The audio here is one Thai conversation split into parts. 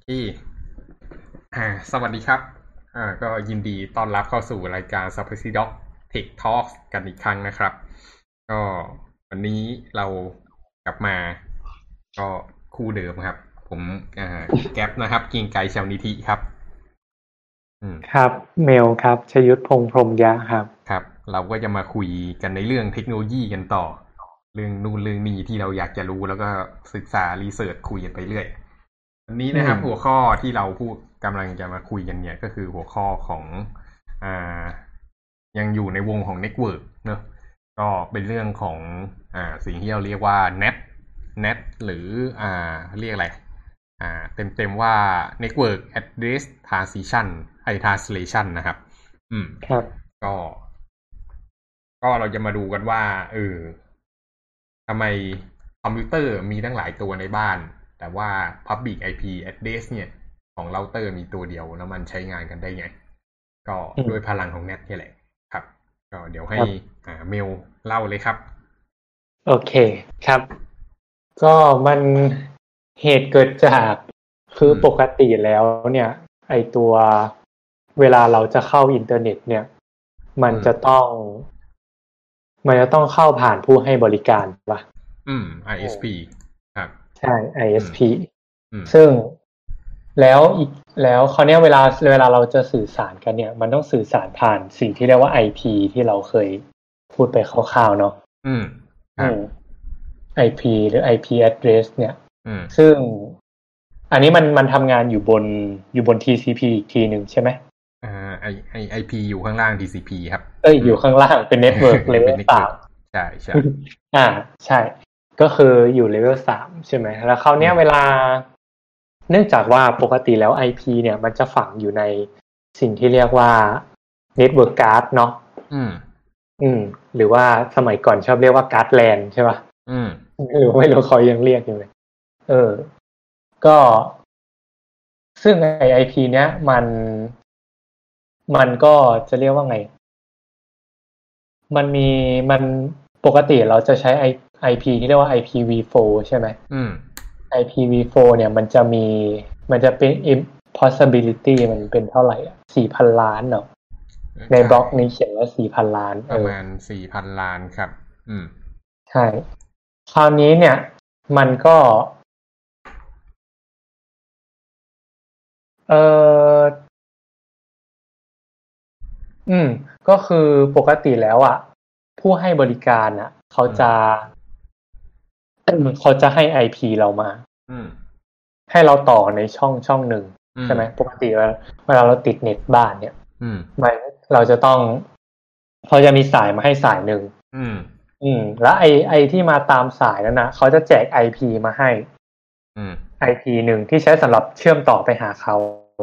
ที่สวัสดีครับก็ยินดีต้อนรับเข้าสู่รายการ Space Doc Tech Talks กันอีกครั้งนะครับก็วันนี้เรากลับมาก็คู่เดิมครับผมแก๊ปนะครับกิงไกชาวนิธิครับครับเมลครับชยุทธพงษ์พรหมยะครับครับเราก็จะมาคุยกันในเรื่องเทคโนโลยีกันต่อเรื่องนู่นเรื่องนี้ที่เราอยากจะรู้แล้วก็ศึกษารีเสิร์ชคุยกันไปเรื่อยวันนี้นะครับหัวข้อที่เรากำลังจะมาคุยกันเนี่ยก็คือหัวข้อของอ่ายังอยู่ในวงของเน็ตเวิร์กเนอะก็เป็นเรื่องของสิ่งที่เราเรียกว่า NAT หรือเรียกอะไรเต็มว่า Network Address Transition Translation นะครับครับก็เราจะมาดูกันว่าทำไมคอมพิวเตอร์มีตั้งหลายตัวในบ้านแต่ว่า Public IP Address เนี่ยของเราเตอร์มีตัวเดียวแล้วมันใช้งานกันได้ไงก็ด้วยพลังของ NAT นี่แหละครับก็เดี๋ยวให้เมลเล่าเลยครับโอเคครับก็มันเหตุเกิดจากคือปกติแล้วเนี่ยไอตัวเวลาเราจะเข้าอินเทอร์เน็ตเนี่ยมันจะต้องเข้าผ่านผู้ให้บริการป่ะ ISP ครับใช่ ISP ซึ่งแล้วคราวนี้เวลาเราจะสื่อสารกันเนี่ยมันต้องสื่อสารผ่านสิ่งที่เรียกว่า IP ที่เราเคยพูดไปคร่าวๆเนาะIP หรือ IP address เนี่ยซึ่งอันนี้มันทำงานอยู่บน TCP อีกทีหนึ่งใช่ไหม IP อยู่ข้างล่าง TCP ครับอยู่ข้างล่างเป็น network level 3 ใช่ใช่ใช่ก็คืออยู่ level 3ใช่ไหมแล้วคราวนี้เวลาเนื่องจากว่าปกติแล้ว IP เนี่ยมันจะฝังอยู่ในสิ่งที่เรียกว่า network card เนาะหรือว่าสมัยก่อนชอบเรียกว่า card LAN ใช่ป่ะหรือไม่รู้เขายังเรียกอยู่เลยก็ซึ่งไอพีเนี้ยมันก็จะเรียกว่าไงมันปกติเราจะใช้ไอพีที่เรียกว่า IPv4 ใช่ไหมIPv4 เนี่ยมันจะเป็น possibility มันเป็นเท่าไหร่4,000 ล้านเนาะในบล็อกนี้เขียนว่า 4,000 ล้านประมาณ 4,000 ล้านครับใช่คราวนี้เนี่ยมันก็ก็คือปกติแล้วอ่ะผู้ให้บริการอ่ะเขาจะให้ IP เรามาให้เราต่อในช่องหนึ่งใช่ไหมปกติเวลาเราติดเน็ตบ้านเนี่ยเราจะต้องเขาจะมีสายมาให้สายหนึ่งแล้วไอที่มาตามสายนั้นนะเขาจะแจก IP มาให้IP หนึ่งที่ใช้สำหรับเชื่อมต่อไปหาเขา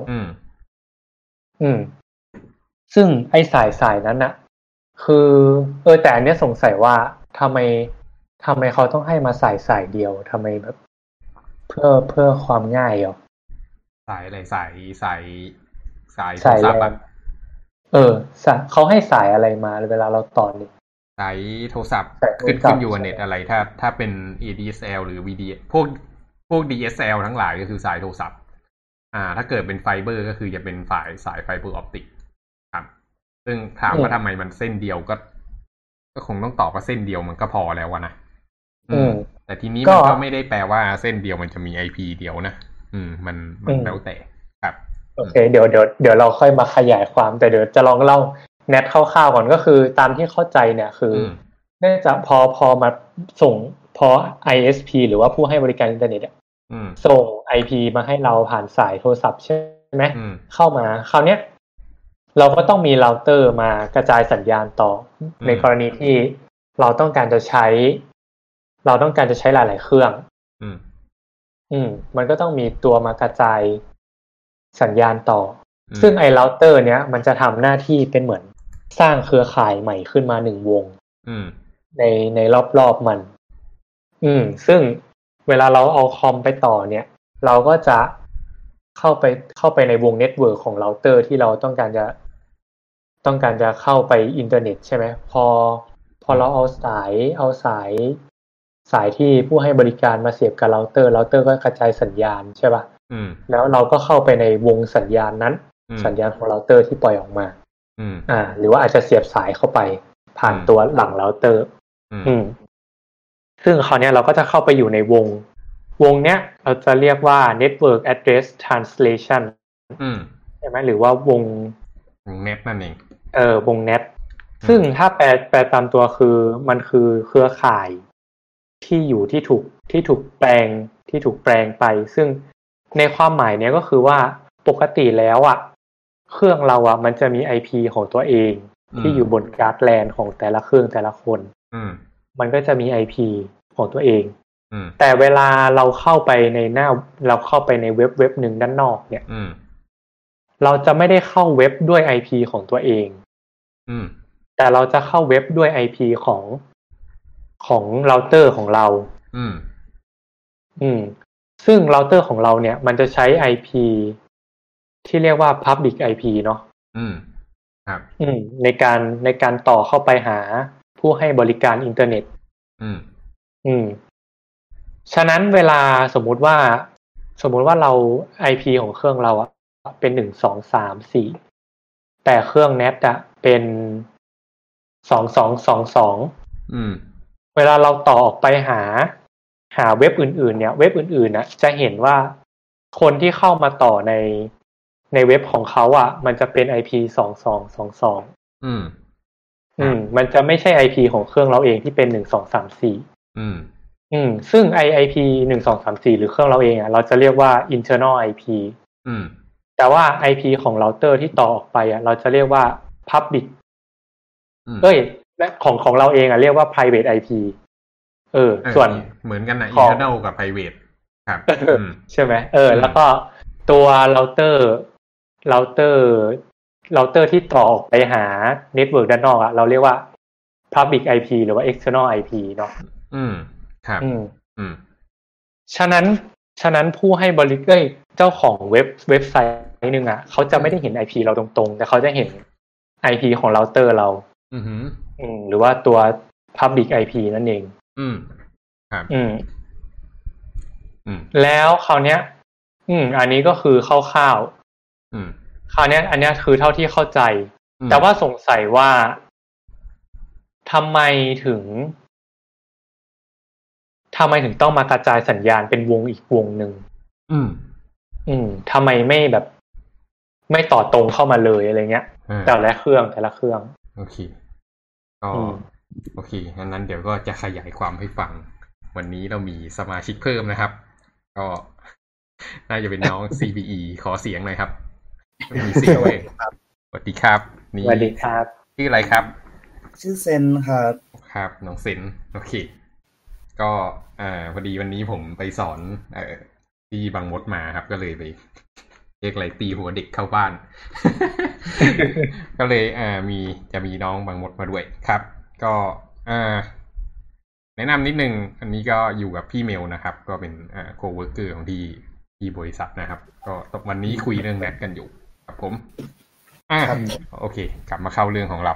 ซึ่งไอ้สายนั้นน่ะคือแต่อันเนี้ยสงสัยว่าทำไมเขาต้องให้มาสายเดียวทำไมแบบเพื่อความง่ายสายอะไรสายโทรศัพท์เขาให้สายอะไรมาเวลาเราต่อเน็ตสายโทรศัพท์ขึ้นอยู่กับเน็ตอะไรถ้าเป็น ADSL หรือ VDS พวก DSL ทั้งหลายก็คือสายโทรศัพท์ถ้าเกิดเป็นไฟเบอร์ก็คือจะเป็นสายไฟเบอร์ออปติกครับซึ่งถามว่าทำไมมันเส้นเดียวก็คงต้องตอบว่าเส้นเดียวมันก็พอแล้วนะแต่ทีนี้มันก็ไม่ได้แปลว่าเส้นเดียวมันจะมี IP เดียวนะมันแล้วแต่ครับโอเคเดี๋ยวเราค่อยมาขยายความแต่เดี๋ยวจะลองเล่าแนทคร่าวๆก่อนก็คือตามที่เข้าใจเนี่ยคือเนื่องจากพอมาส่งพอ ISP หรือว่าผู้ให้บริการอินเทอร์เน็ตส่ง IP มาให้เราผ่านสายโทรศัพท์ใช่ไหมเข้ามาคราวเนี้ยเราก็ต้องมีเราเตอร์มากระจายสัญญาณต่อในกรณีที่เราต้องการจะใช้หลายๆเครื่องมันก็ต้องมีตัวมากระจายสัญญาณต่อซึ่งไอ้เราเตอร์เนี้ยมันจะทำหน้าที่เป็นเหมือนสร้างเครือข่ายใหม่ขึ้นมา1 วงในรอบมันซึ่งเวลาเราเอาคอมไปต่อเนี่ยเราก็จะเข้าไปในวงเน็ตเวิร์กของเราเตอร์ที่เราต้องการจะเข้าไปอินเทอร์เน็ตใช่ไหมพอเราเอาสายที่ผู้ให้บริการมาเสียบกับเราเตอร์ก็กระจายสัญญาณใช่ป่ะแล้วเราก็เข้าไปในวงสัญญาณนั้นสัญญาณของเราเตอร์ที่ปล่อยออกมาหรือว่าอาจจะเสียบสายเข้าไปผ่านตัวหลังเราเตอร์ซึ่งคราวนี้เราก็จะเข้าไปอยู่ในวงเนี้ยเราจะเรียกว่า network address translation ใช่ไหมหรือว่าวง net นั่นเองวง net ซึ่งถ้าแปลตามตัวคือมันคือเครือข่ายที่อยู่ที่ถูกแปลงไปซึ่งในความหมายเนี้ยก็คือว่าปกติแล้วอ่ะเครื่องเราอ่ะมันจะมี IP ของตัวเองที่อยู่บนการ์ดแลนของแต่ละเครื่องแต่ละคนมันก็จะมี IP ของตัวเองแต่เวลาเราเข้าไปในเว็บหนึ่งด้านนอกเนี่ยเราจะไม่ได้เข้าเว็บด้วย IP ของตัวเองแต่เราจะเข้าเว็บด้วย IP ของเราเตอร์ของเราซึ่งเราเตอร์ของเราเนี่ยมันจะใช้ IP ที่เรียกว่า Public IP เนาะครับในการต่อเข้าไปหาผู้ให้บริการอินเทอร์เน็ตฉะนั้นเวลาสมมุติว่าเรา IP ของเครื่องเราอะเป็น1 2 3 4แต่เครื่อง NAT อะเป็น2222เวลาเราต่อออกไปหาเว็บอื่นๆเนี่ยเว็บอื่นๆนะจะเห็นว่าคนที่เข้ามาต่อในเว็บของเขาอ่ะมันจะเป็น IP 2222มันจะไม่ใช่ IP ของเครื่องเราเองที่เป็น1234ซึ่งIP 1234หรือเครื่องเราเองอ่ะเราจะเรียกว่า internal IP แต่ว่า IP ของเราเตอร์ที่ต่อออกไปอ่ะเราจะเรียกว่า public และของเราเองอ่ะเรียกว่า private IP ส่วนเหมือนกันนะ internal กับ private ครับใช่ไหมแล้วก็ตัวเราเตอร์ที่ต่อออกไปหาเน็ตเวิร์กด้านนอกอ่ะเราเรียกว่า public IP หรือว่า external IP เนาะครับฉะนั้นผู้ให้บริการเจ้าของเว็บไซต์นึงอ่ะเขาจะไม่ได้เห็น IP เราตรงๆแต่เขาจะเห็น IP ของเราเตอร์เราหรือว่าตัว public IP นั่นเองครับแล้วคราวเนี้ยอันนี้ก็คือคร่าวๆคราวเนี้ยอันเนี้ยคือเท่าที่เข้าใจแต่ว่าสงสัยว่าทำไมถึงต้องมากระจายสัญญาณเป็นวงอีกวงหนึ่งทำไมไม่แบบไม่ต่อตรงเข้ามาเลยอะไรเงี้ยแต่ละเครื่องโอเคก็โอเคงั้นเดี๋ยวก็จะขยายความให้ฟังวันนี้เรามีสมาชิกเพิ่มนะครับก็น่าจะเป็นน้อง CBE ขอเสียงหน่อยครับมีเสียงเองสวัสดีครับนี่สวัสดีครับชื่ออะไรครับชื่อเซนครับน้องเซนโอเคก็พอดีวันนี้ผมไปสอนที่บางมดมาครับก็เลยไปเรียกอะไรตีหัวเด็กเข้าบ้าน ก็เลยจะมีน้องบางมดมาด้วยครับก็แนะนำนิดนึงอันนี้ก็อยู่กับพี่เมลนะครับก็เป็นโคเวิร์กเกอร์ของที่บริษัทนะครับก็วันนี้คุยเรื่องแนทกันอยู่ครับผมโอเคกลับมาเข้าเรื่องของเรา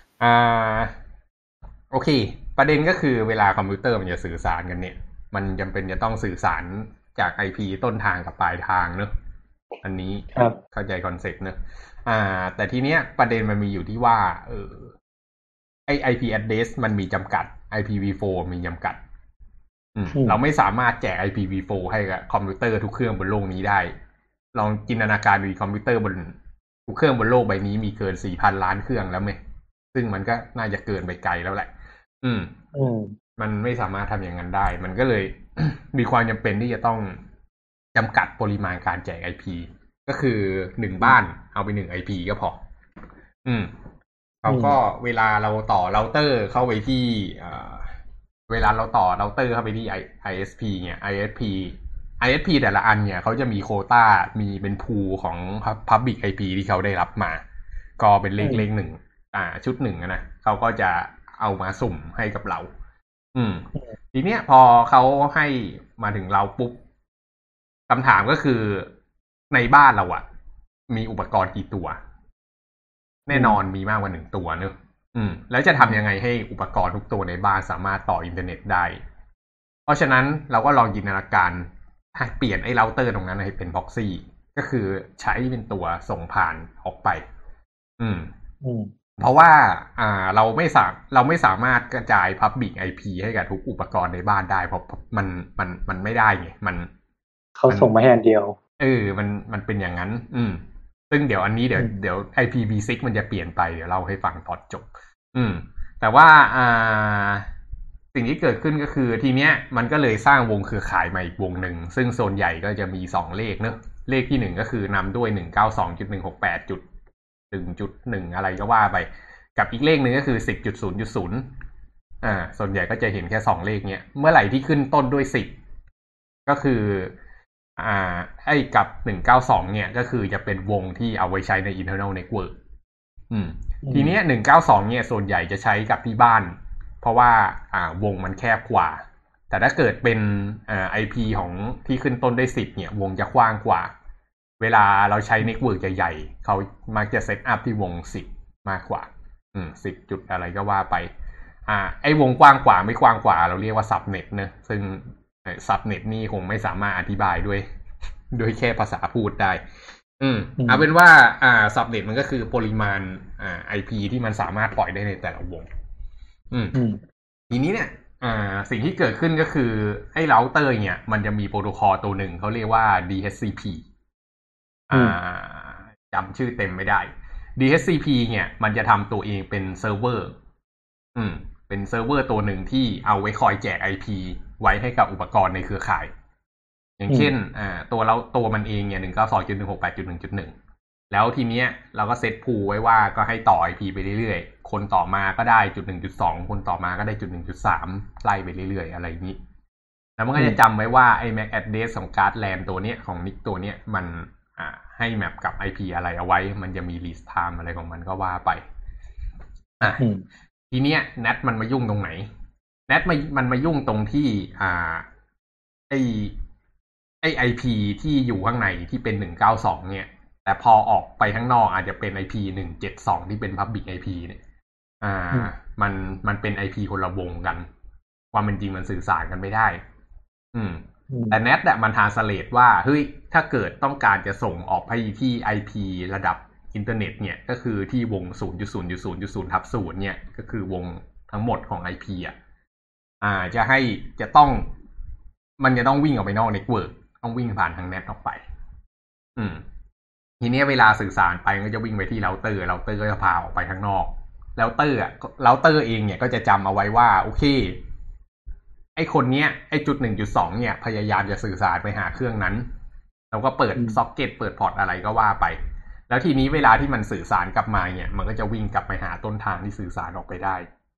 โอเคประเด็นก็คือเวลาคอมพิวเตอร์มันจะสื่อสารกันเนี่ยมันจำเป็นจะต้องสื่อสารจาก IP ต้นทางกับปลายทางเนอะอันนี้เข้าใจคอนเซ็ปต์เนอะแต่ทีเนี้ยประเด็นมันมีอยู่ที่ว่าไอ้ IP address มันมีจำกัด IPv4 มีจำกัดเราไม่สามารถแจก IPv4 ให้กับคอมพิวเตอร์ทุกเครื่องบนโลกนี้ได้ลองจินตนาการดูคอมพิวเตอร์บนทุกเครื่องบนโลกใบนี้มีเกิน 4,000 ล้านเครื่องแล้วมั้ยซึ่งมันก็น่าจะเกินไปไกลแล้วแหละมันไม่สามารถทำอย่างนั้นได้มันก็เลย มีความจำเป็นที่จะต้องจำกัดปริมาณการแจก IP ก็คือ1บ้านเอาไป1 IP ก็พอเขาก็เวลาเราต่อเราเตอร์เข้าไปที่เวลาเราต่อเราเตอร์เข้าไปที่ ISP เนี่ย ISP แต่ละอันเนี่ยเขาจะมีโควต้ามีเป็นพูลของ Public IP ที่เขาได้รับมาก็เป็นเลขหนึ่งชุดหนึ่งนะเขาก็จะเอามาสุ่มให้กับเราทีเนี้ยพอเขาให้มาถึงเราปุ๊บคำถามก็คือในบ้านเราอะมีอุปกรณ์กี่ตัวแน่นอนมีมากกว่า1ตัวเนอะแล้วจะทำยังไงให้อุปกรณ์ทุกตัวในบ้านสามารถต่ออินเทอร์เน็ตได้เพราะฉะนั้นเราก็ลองจินตนาการเปลี่ยนไอ้เราเตอร์ตรงนั้นให้เป็นพ็อกซี่ก็คือใช้เป็นตัวส่งผ่านออกไปเพราะว่าเราไม่สามารถกระจาย Public IP ให้กับทุกอุปกรณ์ในบ้านได้เพราะมันไม่ได้ไงเขาส่งมาให้อันเดียวมันเป็นอย่างนั้นซึ่งเดี๋ยวอันนี้เดี๋ยว IPv6 มันจะเปลี่ยนไปเดี๋ยวเล่าให้ฟังตอนจบแต่ว่าสิ่งที่เกิดขึ้นก็คือทีเนี้ยมันก็เลยสร้างวงเครือข่ายมาอีกวงหนึ่งซึ่งโซนใหญ่ก็จะมี2เลขเนอะเลขที่1ก็คือนำด้วย 192.168.1.1 อะไรก็ว่าไปกับอีกเลขหนึ่งก็คือ 10.0.0 ส่วนใหญ่ก็จะเห็นแค่2เลขเนี้ยเมื่อไหร่ที่ขึ้นต้นด้วย10ก็คือไอ้กับ192เนี่ยก็คือจะเป็นวงที่เอาไว้ใช้ใน internal network ทีนี้192เนี่ยส่วนใหญ่จะใช้กับที่บ้านเพราะว่าวงมันแคบกว่าแต่ถ้าเกิดเป็นIP ของที่ขึ้นต้นด้วย10เนี่ยวงจะกว้างกว่าเวลาเราใช้เน็ตเวิร์กใหญ่ๆเขามักจะเซตอัพที่วง10มากกว่า10จุดอะไรก็ว่าไปไอ้วงกว้างกว่าไม่กว้างกว่าเราเรียกว่าซับเน็ตนะซึ่งซับเน็ตนี่คงไม่สามารถอธิบายด้วยแค่ภาษาพูดได้เอาเป็นว่าซับเน็ตมันก็คือปริมาณIP ที่มันสามารถปล่อยได้ในแต่ละวงทีนี้เนี่ยสิ่งที่เกิดขึ้นก็คือไอ้เราเตอร์เนี่ยมันจะมีโปรโตคอลตัวหนึ่งเขาเรียกว่า DHCP จำชื่อเต็มไม่ได้ DHCP เนี่ยมันจะทำตัวเองเป็นเซิร์ฟเวอร์เป็นเซิร์ฟเวอร์ตัวหนึ่งที่เอาไว้คอยแจก IP ไว้ให้กับอุปกรณ์ในเครือข่ายอย่างเช่นตัวมันเองเนี่ย 192.168.1.1 แล้วทีเนี้ยเราก็เซตพูลไว้ว่าก็ให้ต่อ IP ไปเรื่อยๆคนต่อมาก็ได้ .1.2 คนต่อมาก็ได้ .1.3 ไล่ไปเรื่อยๆอะไรอย่างนี้แล้วมันก็จะจำไว้ว่าไอ้ MAC address ของการ์ดแลนตัวเนี้ยของ NIC ตัวเนี้ยมันให้แมปกับ IP อะไรเอาไว้มันจะมี list time อะไรของมันก็ว่าไปทีเนี้ย NAT มันมายุ่งตรงไหน NAT มันมายุ่งตรงที่ไอ้ IP ที่อยู่ข้างในที่เป็น192เนี่ยแต่พอออกไปข้างนอกอาจจะเป็น IP 172ที่เป็น Public IP เนี่ยมันเป็น IP คนละวงกันความเป็นจริงมันสื่อสารกันไม่ได้แต่ NAT มันทรานสเลทว่าเฮ้ยถ้าเกิดต้องการจะส่งออกไปที่ IP ระดับอินเทอร์เน็ตเนี่ยก็คือที่วง 0.0.0/0 เนี่ยก็คือวงทั้งหมดของ IP มันจะต้องวิ่งออกไปนอกเน็ตเวิร์กต้องวิ่งผ่านทาง NAT ออกไปทีนี้เวลาสื่อสารไปก็จะวิ่งไปที่เราเตอร์ก็จะพาออกไปข้างนอกเราเตอร์เองเนี่ยก็จะจำเอาไว้ว่าโอเคไอ้คนเนี้ยไอ้จุด 1.2 เนี่ยพยายามจะสื่อสารไปหาเครื่องนั้นเราก็เปิดซ็อกเก็ตเปิดพอร์ตอะไรก็ว่าไปแล้วทีนี้เวลาที่มันสื่อสารกลับมาเนี่ยมันก็จะวิ่งกลับไปหาต้นทางที่สื่อสารออกไปได้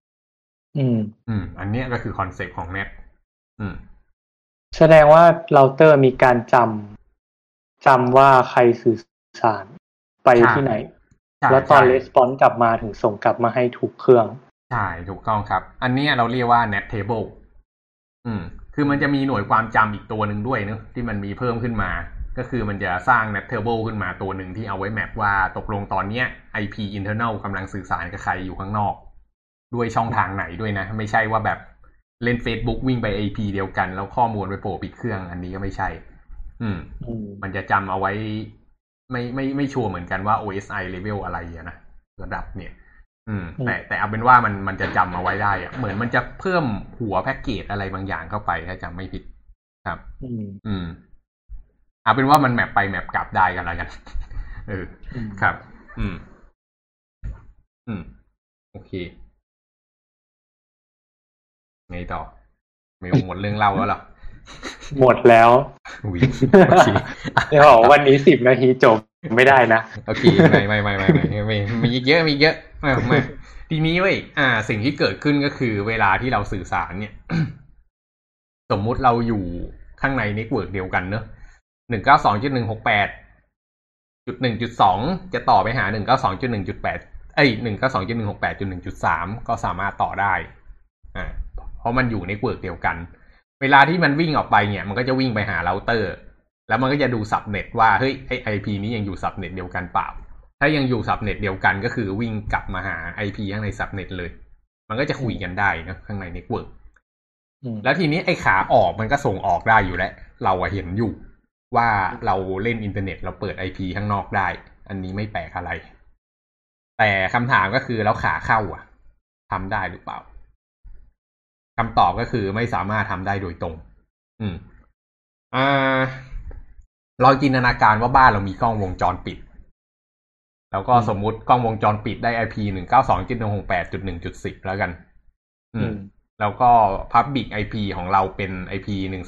อันเนี้ยก็คือคอนเซ็ปต์ของ NAT แสดงว่าเราเตอร์มีการจำว่าใครสื่อสารไปที่ไหนแล้วตอนรีสปอนส์กลับมาถึงส่งกลับมาให้ถูกเครื่องใช่ถูกต้องครับอันนี้เราเรียกว่า NAT table คือมันจะมีหน่วยความจำอีกตัวหนึ่งด้วยเนอะที่มันมีเพิ่มขึ้นมาก็คือมันจะสร้าง NAT table ขึ้นมาตัวหนึ่งที่เอาไว้แมปว่าตกลงตอนเนี้ย IP internal กำลังสื่อสารกับใครอยู่ข้างนอกด้วยช่องทางไหนด้วยนะไม่ใช่ว่าแบบเล่น Facebook วิ่งไป IP เดียวกันแล้วข้อมูลไปโผล่ปิดเครื่องอันนี้ก็ไม่ใช่มันจะจำเอาไว้ไม่ชัวร์เหมือนกันว่า OSI level อะไรนะระดับเนี่ยแต่เอาเป็นว่ามันจะจำเอาไว้ได้อะเหมือนมันจะเพิ่มหัวแพ็กเกจอะไรบางอย่างเข้าไปถ้าจำไม่ผิดครับเอาเป็นว่ามันแมปไปแมปกลับได้กันแล้วกันครับโอเคไงต่อไม่หมดเรื่องเล่าแล้วหรอหมดแล้วโอเคเดี๋ยวบอกวันนี้10 นาทีจบไม่ได้นะโอเคไม่มีเยอะมาทีนี้เว้ยสิ่งที่เกิดขึ้นก็คือเวลาที่เราสื่อสารเนี่ย สมมุติเราอยู่ข้างในเน็ตเวิร์กเดียวกันเนอะ 192.168.1.2 จะต่อไปหา 192.1.8 192.168.1.3 ก็สามารถต่อได้เพราะมันอยู่ในเน็ตเวิร์กเดียวกันเวลาที่มันวิ่งออกไปเนี่ยมันก็จะวิ่งไปหาเราเตอร์แล้วมันก็จะดูซับเน็ตว่าเฮ้ยไอ้ IP นี้ยังอยู่ซับเน็ตเดียวกันเปล่าถ้ายังอยู่ซับเน็ตเดียวกันก็คือวิ่งกลับมาหา IP ข้างในซับเน็ตเลยมันก็จะคุยกันได้นะข้างในเน็ตเวิร์กแล้วทีนี้ไอ้ขาออกมันก็ส่งออกได้อยู่แล้วเราเห็นอยู่ว่าเราเล่นอินเทอร์เน็ตเราเปิด IP ข้างนอกได้อันนี้ไม่แปลกอะไรแต่คำถามก็คือแล้วขาเข้าทำได้หรือเปล่าคำตอบก็คือไม่สามารถทำได้โดยตรงเราจินตนาการว่าบ้านเรามีกล้องวงจรปิดแล้วก็สมมุติกล้องวงจรปิดได้ IP 192.168.1.10 แล้วกันแล้วก็ Public IP ของเราเป็น IP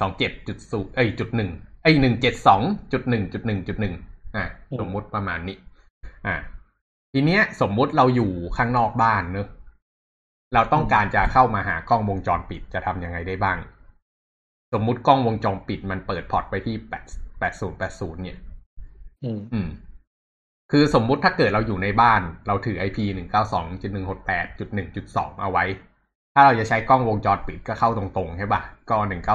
127.1.1.1.1.1 สมมุติประมาณนี้ทีเนี้ยสมมุติเราอยู่ข้างนอกบ้านเนอะเราต้องการจะเข้ามาหากล้องวงจรปิดจะทำยังไงได้บ้างสมมุติกล้องวงจรปิดมันเปิดพอร์ตไปที่8080เนี่ยคือสมมุติถ้าเกิดเราอยู่ในบ้านเราถือ IP 192.168.1.2 เอาไว้ถ้าเราจะใช้กล้องวงจรปิดก็เข้าตรงๆใช่ป่ะก็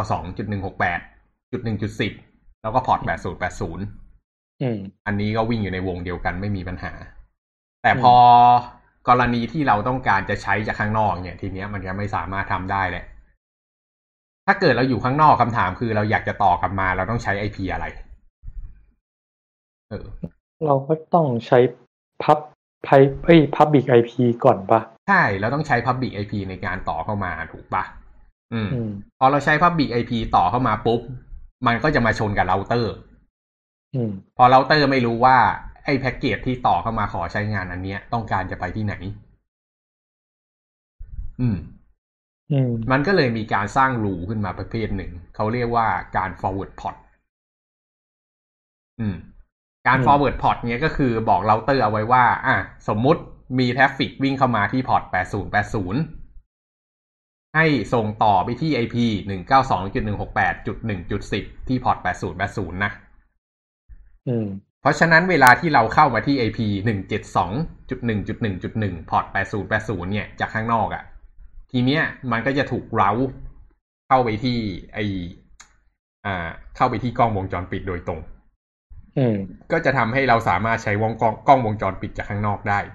192.168.1.10 แล้วก็พอร์ต8080อันนี้ก็วิ่งอยู่ในวงเดียวกันไม่มีปัญหาแต่พอกรณีที่เราต้องการจะใช้จากข้างนอกเนี่ยทีเนี้ยมันจะไม่สามารถทำได้แหละถ้าเกิดเราอยู่ข้างนอกคำถามคือเราอยากจะต่อกลับมาเราต้องใช้ IP อะไรเราก็ต้องใช้ Public IP ก่อนปะใช่เราต้องใช้ Public IP ในการต่อเข้ามาถูกปะพอเราใช้ Public IP ต่อเข้ามาปุ๊บมันก็จะมาชนกับเราเตอร์พอเราเตอร์ไม่รู้ว่าไอ้แพ็กเกจที่ต่อเข้ามาขอใช้งานอันเนี้ยต้องการจะไปที่ไหนมันก็เลยมีการสร้างรูขึ้นมาประเภทหนึ่งเขาเรียกว่าการ forward port การ forward port เนี้ยก็คือบอกเราเตอร์เอาไว้ว่าสมมุติมีทราฟฟิกวิ่งเข้ามาที่พอร์ต8080ให้ส่งต่อไปที่ IP 192.168.1.10 ที่พอร์ต8080นะเพราะฉะนั้นเวลาที่เราเข้ามาที่ IP 172.1.1.1 พอร์ต8080เนี่ยจากข้างนอกทีเนี้ยมันก็จะถูกเร้าเข้าไปที่เข้าไปที่กล้องวงจรปิดโดยตรงก็จะทำให้เราสามารถใช้กล้องวงจรปิดจากข้างนอกได้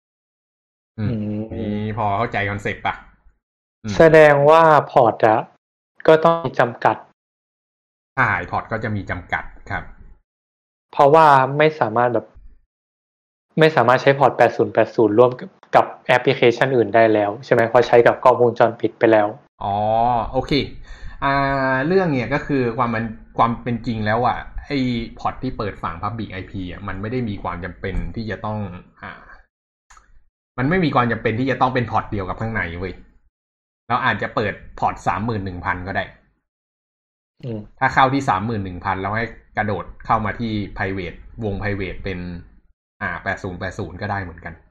นี่พอเข้าใจคอนเซ็ปต์ป่ะแสดงว่าพอร์ตก็ต้องมีจำกัดใช่พอร์ตก็จะมีจำกัดครับเพราะว่าไม่สามารถใช้พอร์ต8080ร่วมกับแอปพลิเคชันอื่นได้แล้วใช่ไหมพอใช้กับกล้องวงจรปิดไปแล้วอ๋อโอเคเรื่องเนี่ยก็คือความเป็นจริงแล้วไอ้พอร์ตที่เปิดฝั่ง Public IP มันไม่ได้มีความจำเป็นที่จะต้องมันไม่มีความจำเป็นที่จะต้องเป็นพอร์ตเดียวกับข้างในเว้ยเราอาจจะเปิดพอร์ต 31,000 ก็ได้ถ้าเข้าที่ 31,000 แล้วให้กระโดดเข้ามาที่ private วง private เป็น8080ก็ได้เหมือนกัน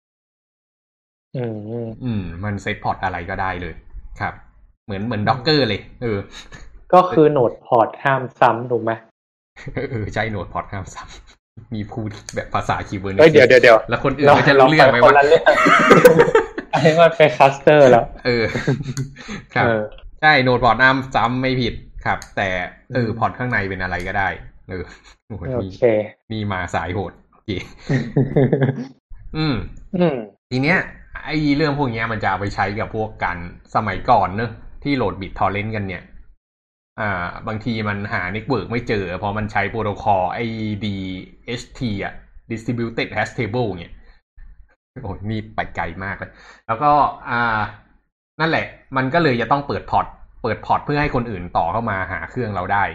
มันเซตพอร์ตอะไรก็ได้เลยครับเหมือน Docker เลยก็คือโหนดพอร์ตห้ามซ้ำถูกไหมใช่โหนดพอร์ตห้ามซ้ำมีพูดแบบภาษาคีย์เวิร์ดเดี๋ยวแล้วคนอื่นไม่จะรู้เรื่องไหมวะอันนี้มันเป็นคลัสเตอร์แล้วครับใช่โหนดพอร์ตห้ามซ้ำไม่ผิดครับแต่พอร์ตข้างในเป็นอะไรก็ได้โอเคมีมาสายโหดโอเคทีเนี้ยไอ้เรื่องพวกนี้มันจะเอาไปใช้กับพวกกันสมัยก่อนเนอะที่โหลดบิตทอร์เรนต์กันเนี่ยบางทีมันหาเน็ตเวิร์กไม่เจอเพราะมันใช้โปรโตคอลไอ้ DHT Distributed Hash Table เนี่ยโอ้ยนี่ไปไกลมากเลยแล้วก็นั่นแหละมันก็เลยจะต้องเปิดพอร์ตเพื่อให้คนอื่นต่อเข้ามาหาเครื่องเราได้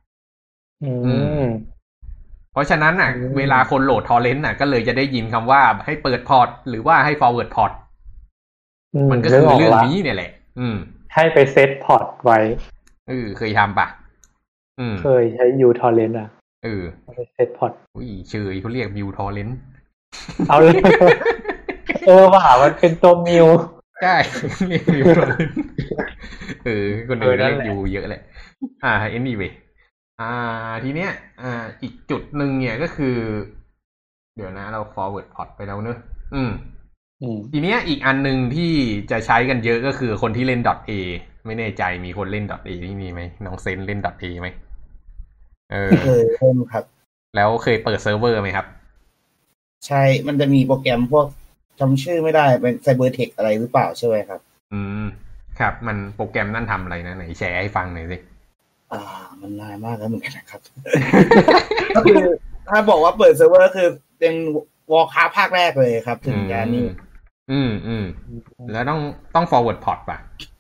เพราะฉะนั้นเวลาคนโหลดทอร์เรนต์ก็เลยจะได้ยินคำว่าให้เปิดพอร์ตหรือว่าให้ forward port มันก็คือเรื่องนี้เนี่ยแหละให้ไปเซตพอร์ตไว้เคยทำปะเคยใช้ uTorrent ไปเซตพอร์ตเชยเขาเรียก uTorrent เอาเลยว่ามันเป็นตัวมิวใช่เรียก uTorrent คนอื่นเรียกยูเยอะแหละanywayทีเนี้ยอีกจุดหนึ่งเนี่ยก็คือเดี๋ยวนะเรา forward port ไปแล้วเนอะทีเนี้ยอีกอันนึงที่จะใช้กันเยอะก็คือคนที่เล่น .a ไม่แน่ใจมีคนเล่น .a ที่นี่ไหมน้องเซนเล่น .a ไหมเคยเล่นครับแล้วเคยเปิดเซิร์ฟเวอร์ไหมครับใช่มันจะมีโปรแกรมพวกจำชื่อไม่ได้เป็น CyberText อะไรหรือเปล่าใช่ไหมครับครับมันโปรแกรมนั่นทำอะไรนะไหนแชร์ให้ฟังหน่อยสิมันนานมากแล้วเหมือนกันนะครับ ก็คือถ้าบอกว่าเปิดเซิร์ฟเวอร์คือเป็นWarcraft ภาคแรกเลยครับถึงจะนี่แล้วต้อง forward port ป่ะ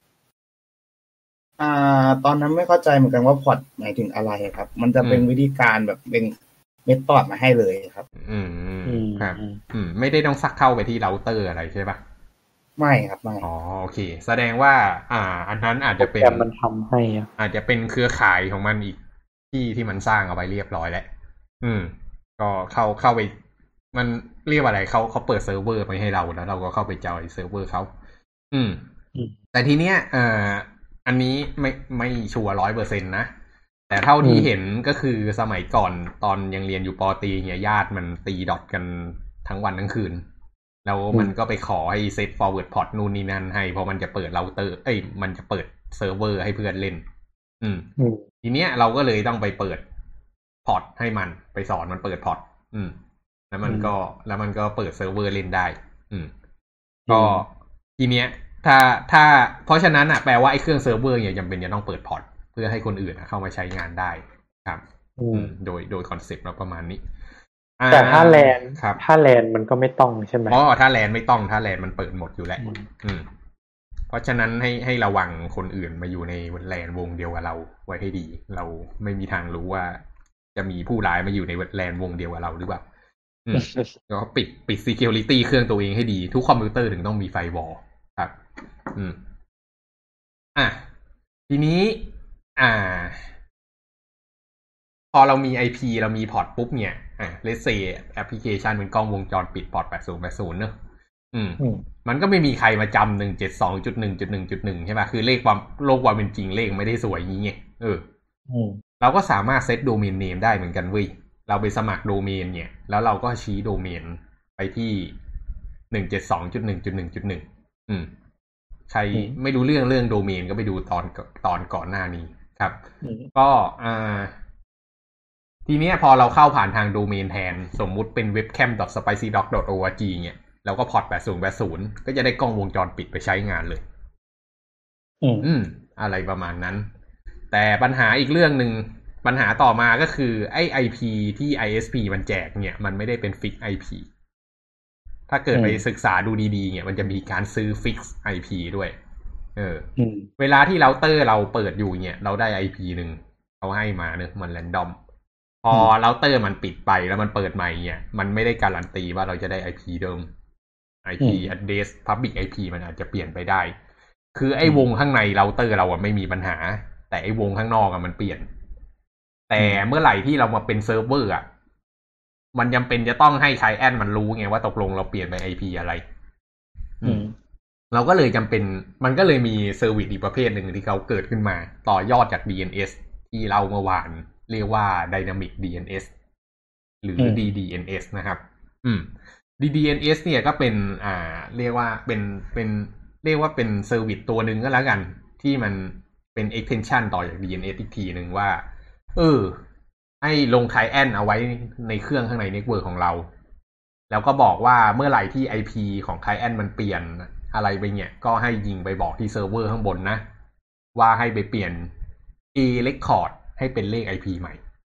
ตอนนั้นไม่เข้าใจเหมือนกันว่าพอร์ตหมายถึงอะไรครับมันจะเป็นวิธีการแบบเป็นเมธอดมาให้เลยครับครับไม่ได้ต้องซักเข้าไปที่เราเตอร์อะไรใช่ป่ะไม่ครับไม่อ๋อโอเคแสดงว่าอันนั้นอาจจะเป็นมันทำให้อาจจะเป็นเครือข่ายของมันอีกที่มันสร้างเอาไว้เรียบร้อยแล้วก็เข้าไปมันเรียกว่าอะไรเขาเปิดเซิร์ฟเวอร์ไปให้เราแล้วเราก็เข้าไปจอยเซิร์ฟเวอร์เขาแต่ทีเนี้ยอันนี้ไม่ชัวร์ 100% นะแต่เท่าที่เห็นก็คือสมัยก่อนตอนยังเรียนอยู่ป.ตรีเนี่ยญาติมันตีดอทกันทั้งวันทั้งคืนแล้วมันก็ไปขอให้เซต forward port นู่นนี่นั่นให้เพราะมันจะเปิดเราเตอร์มันจะเปิดเซิร์ฟเวอร์ให้เพื่อนเล่นทีเนี้ยเราก็เลยต้องไปเปิดพอร์ตให้มันไปสอนมันเปิดพอร์ตแล้วมันก็เปิดเซิร์ฟเวอร์เล่นได้ก็ทีเนี้ยถ้าเพราะฉะนั้นแปลว่าไอ้เครื่องเซิร์ฟเวอร์เนี่ยจำเป็นจะต้องเปิดพอร์ตเพื่อให้คนอื่นเข้ามาใช้งานได้ครับโดยคอนเซ็ปต์เราประมาณนี้แต่ถ้าแลนมันก็ไม่ต้องใช่ไหมถ้าแลนไม่ต้องถ้าแลนมันเปิดหมดอยู่แล้วเพราะฉะนั้นให้ระวังคนอื่นมาอยู่ในแลนวงเดียวกับเราไว้ให้ดีเราไม่มีทางรู้ว่าจะมีผู้ร้ายมาอยู่ในแลนวงเดียวกับเราหรือเปล่าก็ปิด security เครื่องตัวเองให้ดีทุกคอมพิวเตอร์ถึงต้องมีไฟวอลครับทีนี้พอเรามี IP เรามีพอร์ตปุ๊บเนี่ยlet's say แอปพลิเคชันเป็นกล้องวงจรปิดพอร์ต 8080 เนอะมันก็ไม่มีใครมาจำ 172.1.1.1 ใช่ป่ะคือเลขความโลกความเป็นจริงเลขไม่ได้สวยอย่างงี้ไงเราก็สามารถเซตโดเมนเนมได้เหมือนกันเว้ยเราไปสมัครโดเมนเนี่ยแล้วเราก็ชี้โดเมนไปที่ 172.1.1.1 ใครไม่รู้เรื่องโดเมนก็ไปดูตอนก่อนหน้านี้ครับก็ทีนี้พอเราเข้าผ่านทางโดเมนแทนสมมุติเป็น webcam.spicydoc.org เนี่ยแล้วก็พอร์ต 8080 ก็จะได้กล้องวงจรปิดไปใช้งานเลยอะไรประมาณนั้นแต่ปัญหาอีกเรื่องนึงปัญหาต่อมาก็คือไอ้ IP ที่ ISP มันแจกเนี่ยมันไม่ได้เป็น fix IP ถ้าเกิดไปศึกษาดูดีๆเนี่ยมันจะมีการซื้อ fix IP ด้วยเวลาที่เราเตอร์เราเปิดอยู่เนี่ยเราได้ IP นึงเขาให้มาเนอะมันแรนดอมพอเราเตอร์มันปิดไปแล้วมันเปิดใหม่เนี่ยมันไม่ได้การันตีว่าเราจะได้ IP เดิม IP address public IP มันอาจจะเปลี่ยนไปได้คือไอ้วงข้างในเราเตอร์เราไม่มีปัญหาแต่ไอ้วงข้างนอกมันเปลี่ยนแต่เมื่อไหร่ที่เรามาเป็นเซิร์ฟเวอร์มันจำเป็นจะต้องให้ไคลเอนต์มันรู้ไงว่าตกลงเราเปลี่ยนไป IP อะไรเราก็เลยจำเป็นมันก็เลยมีเซอร์วิสอีกประเภทหนึ่งที่เขาเกิดขึ้นมาต่อยอดจาก DNS ที่เราเมื่อวานเรียกว่า Dynamic DNS หรือ DDNS นะครับDDNS เนี่ยก็เป็นเรียกว่าเป็นเรียกว่าเป็นเซอร์วิสตัวหนึ่งก็แล้วกันที่มันเป็น extension ต่อจาก DNS อีกทีหนึ่งว่าให้ลงไคลเอนต์เอาไว้ในเครื่องข้างในเน็ตเวิร์คของเราแล้วก็บอกว่าเมื่อไหร่ที่ IP ของไคลเอนต์มันเปลี่ยนอะไรไปเนี่ยก็ให้ยิงไปบอกที่เซิร์ฟเวอร์ข้างบนนะว่าให้ไปเปลี่ยน A record ให้เป็นเลข IP ใหม่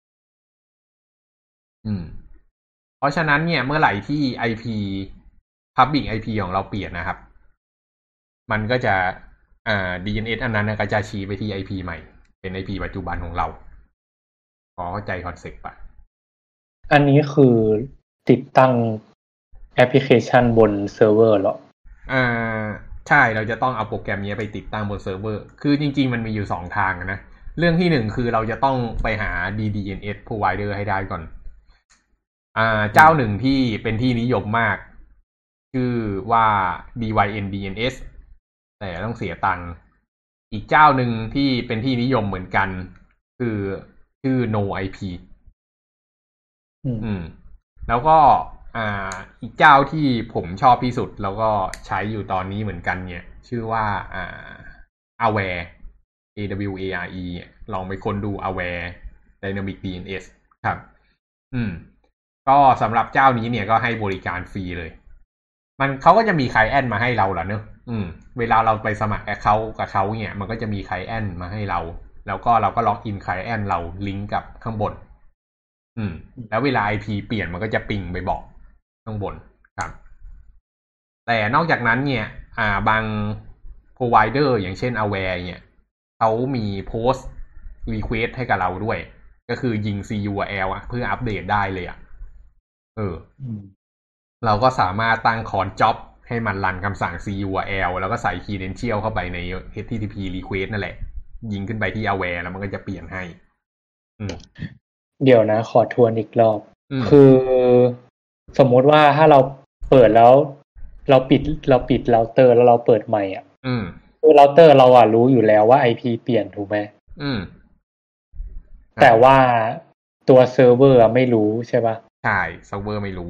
เพราะฉะนั้นเนี่ยเมื่อไหร่ที่ IP public IP ของเราเปลี่ยนนะครับมันก็จะDNS อันนั้นก็จะชี้ไปที่ IP ใหม่เป็น IP ปัจจุบันของเราพอเข้าใจคอนเซ็ปต์ป่ะอันนี้คือติดตั้งแอปพลิเคชันบนเซิร์ฟเวอร์เหรอใช่เราจะต้องเอาโปรแกรมนี้ไปติดตั้งบนเซิร์ฟเวอร์คือจริงๆมันมีอยู่2ทางนะเรื่องที่1คือเราจะต้องไปหา DDNS provider ให้ได้ก่อนเจ้าหนึ่งที่เป็นที่นิยมมากชื่อว่า DYNDNS แต่ต้องเสียตังค์อีกเจ้าหนึ่งที่เป็นที่นิยมเหมือนกันคือชื่อ NoIP แล้วก็อีกเจ้าที่ผมชอบที่สุดแล้วก็ใช้อยู่ตอนนี้เหมือนกันเนี่ยชื่อว่าAware AWARE ลองไปค้นดู Aware Dynamic DNS ครับก็สำหรับเจ้านี้เนี่ยก็ให้บริการฟรีเลยมันเขาก็จะมีไคลเอนต์มาให้เราล่ะเนอะเวลาเราไปสมัคร account กับเขาเนี่ยมันก็จะมีไคลเอนต์มาให้เราแล้วก็เราก็ล็อกอินไคลเอนต์เราลิงก์กับข้างบนแล้วเวลา IP เปลี่ยนมันก็จะปิงไปบอกข้างบนครับแต่นอกจากนั้นเนี่ยบาง provider อย่างเช่น Aware เนี่ยเขามี post request ให้กับเราด้วยก็คือยิง CURL เพื่ออัปเดตได้เลยเราก็สามารถตั้งคอน job ให้มันรันคำสั่ง CURL แล้วก็ใส่ credential เข้าไปใน HTTP request นั่นแหละยิงขึ้นไปที่ Aware แล้วมันก็จะเปลี่ยนให้เดี๋ยวนะขอทวนอีกรอบคือสมมติว่าถ้าเราเปิดแล้วเราปิดเราเตอร์แล้วเราเปิดใหม่คือเราเตอร์เรารู้อยู่แล้วว่า IP เปลี่ยนถูกไหมแต่ว่าตัวเซิร์ฟเวอร์ไม่รู้ใช่ปะใช่เซิร์ฟเวอร์ไม่รู้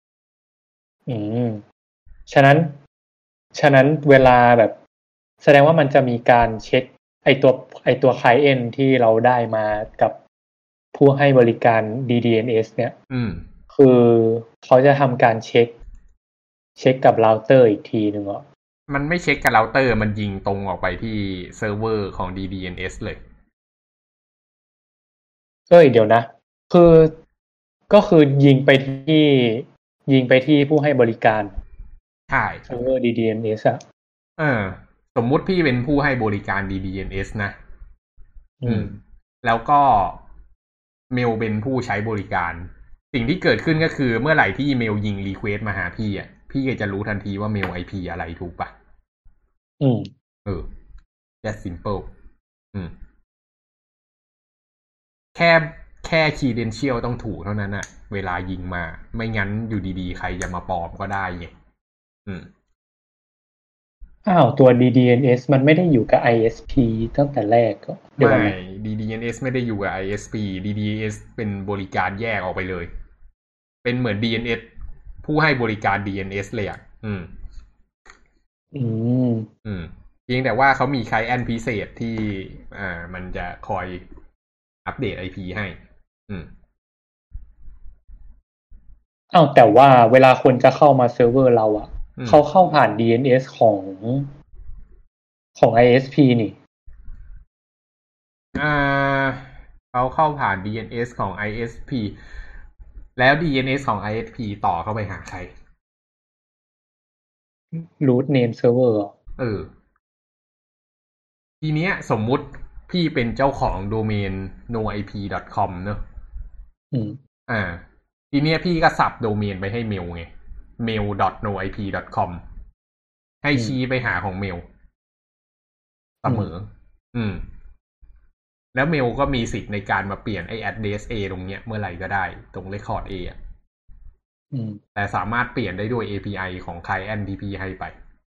ฉะนั้นเวลาแบบแสดงว่ามันจะมีการเช็คไอตัวไคลเอนท์ที่เราได้มากับผู้ให้บริการ DDNS เนี่ยคือเขาจะทำการเช็คกับเราเตอร์อีกทีนึงมันไม่เช็คกับเราเตอร์มันยิงตรงออกไปที่เซิร์ฟเวอร์ของ DDNS เลยเดี๋ยวนะก็คือยิงไปที่ผู้ให้บริการใช่เซิร์ฟเวอร์ DDNS สมมุติพี่เป็นผู้ให้บริการ DDNS นะแล้วก็เมลเป็นผู้ใช้บริการสิ่งที่เกิดขึ้นก็คือเมื่อไหร่ที่เมลยิงรีเควสต์มาหาพี่พี่ก็จะรู้ทันทีว่าเมล IP อะไรถูกปะthat's simple แค่ credential ต้องถูกเท่านั้นอะเวลายิงมาไม่งั้นอยู่ดีๆใครจะมาปลอมก็ได้ไงตัว DDNS มันไม่ได้อยู่กับ ISP ตั้งแต่แรกก็ไม่ DDNS ไม่ได้อยู่กับ ISP DDNS เป็นบริการแยกออกไปเลยเป็นเหมือน DNS ผู้ให้บริการ DNS เลยเพียงแต่ว่าเขามีไคลเอนท์พิเศษที่มันจะคอยอัปเดต IP ให้แต่ว่าเวลาคนจะเข้ามาเซิร์ฟเวอร์เราเขาเข้าผ่าน DNS ของ ISP นี่เขาเข้าผ่าน DNS ของ ISP แล้ว DNS ของ ISP ต่อเข้าไปหาใคร root name server ทีเนี้ยสมมุติพี่เป็นเจ้าของโดเมน noip.com เนอะทีเนี้ยพี่ก็สับโดเมนไปให้เมลไง mail.noip.com ให้ชี้ไปหาของเมลเสมอแล้วเมลก็มีสิทธิ์ในการมาเปลี่ยนไอ้ address A ตรงเนี้ยเมื่อไหร่ก็ได้ตรง record A แต่สามารถเปลี่ยนได้ด้วย API ของ client ที่พี่ให้ไป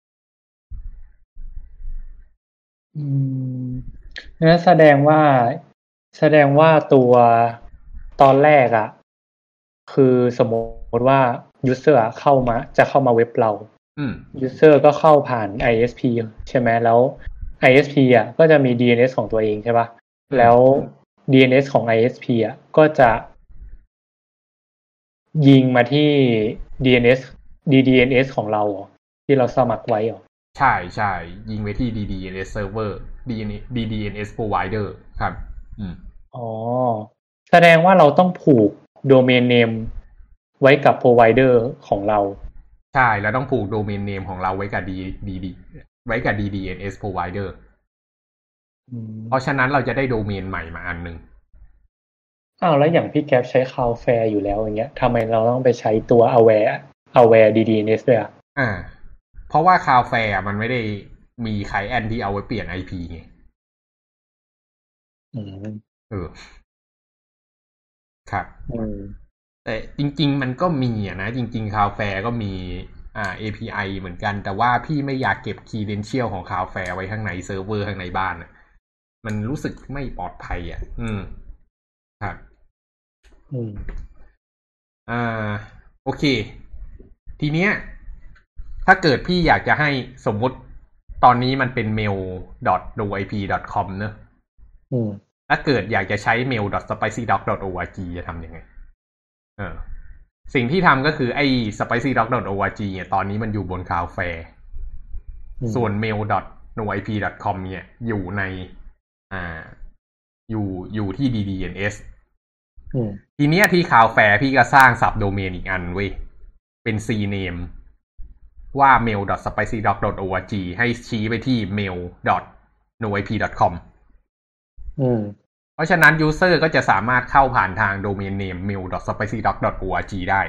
นั่นแสดงว่าตัวตอนแรกคือสมมติว่า user จะเข้ามาเว็บเราuser ก็เข้าผ่าน ISP ใช่ไหมแล้ว ISP ก็จะมี DNS ของตัวเองใช่ป่ะแล้ว DNS ของ ISP ก็จะยิงมาที่ DDNS ของเราที่เราสมัครไว้ใช่ยิงไปที่ DDNS server DDNS provider ครับแสดงว่าเราต้องผูก domain name ไว้กับ provider ของเราใช่แล้วต้องผูก domain name ของเราไว้กับ DDNS provider เพราะฉะนั้นเราจะได้โดเมนใหม่มาอันนึงแล้วอย่างพี่แก๊ปใช้ Cloudflare อยู่แล้วอย่างเงี้ยทำไมเราต้องไปใช้ตัว Aware DDNS ด้วยเพราะว่า Cloudflare มันไม่ได้มีไคลเอนท์ที่เอาไว้เปลี่ยน IP ไงครับแต่จริงๆมันก็มีนะจริงๆ Cloudflare ก็มีAPI เหมือนกันแต่ว่าพี่ไม่อยากเก็บ credential ของ Cloudflare ไว้ข้างในเซิร์ฟเวอร์ข้างในบ้านมันรู้สึกไม่ปลอดภัยครับโอเคทีเนี้ยถ้าเกิดพี่อยากจะให้สมมุติตอนนี้มันเป็น mail.noip.com เนอะถ้าเกิดอยากจะใช้ mail.spicydoc.org จะทำยังไงสิ่งที่ทำก็คือไอ้ spicydoc.org เนี่ยตอนนี้มันอยู่บน Cloudflare ส่วน mail.noip.com เนี่ยอยู่ในอยู่ที่ DDNS ทีเนี้ยที่ Cloudflare พี่ก็สร้าง subdomain อีกอันเว้ยเป็น cname ว่า mail.spicydoc.org ให้ชี้ไปที่ mail.noip.com เพราะฉะนั้น user ก็จะสามารถเข้าผ่านทาง domain name mail.spicydoc.org ได้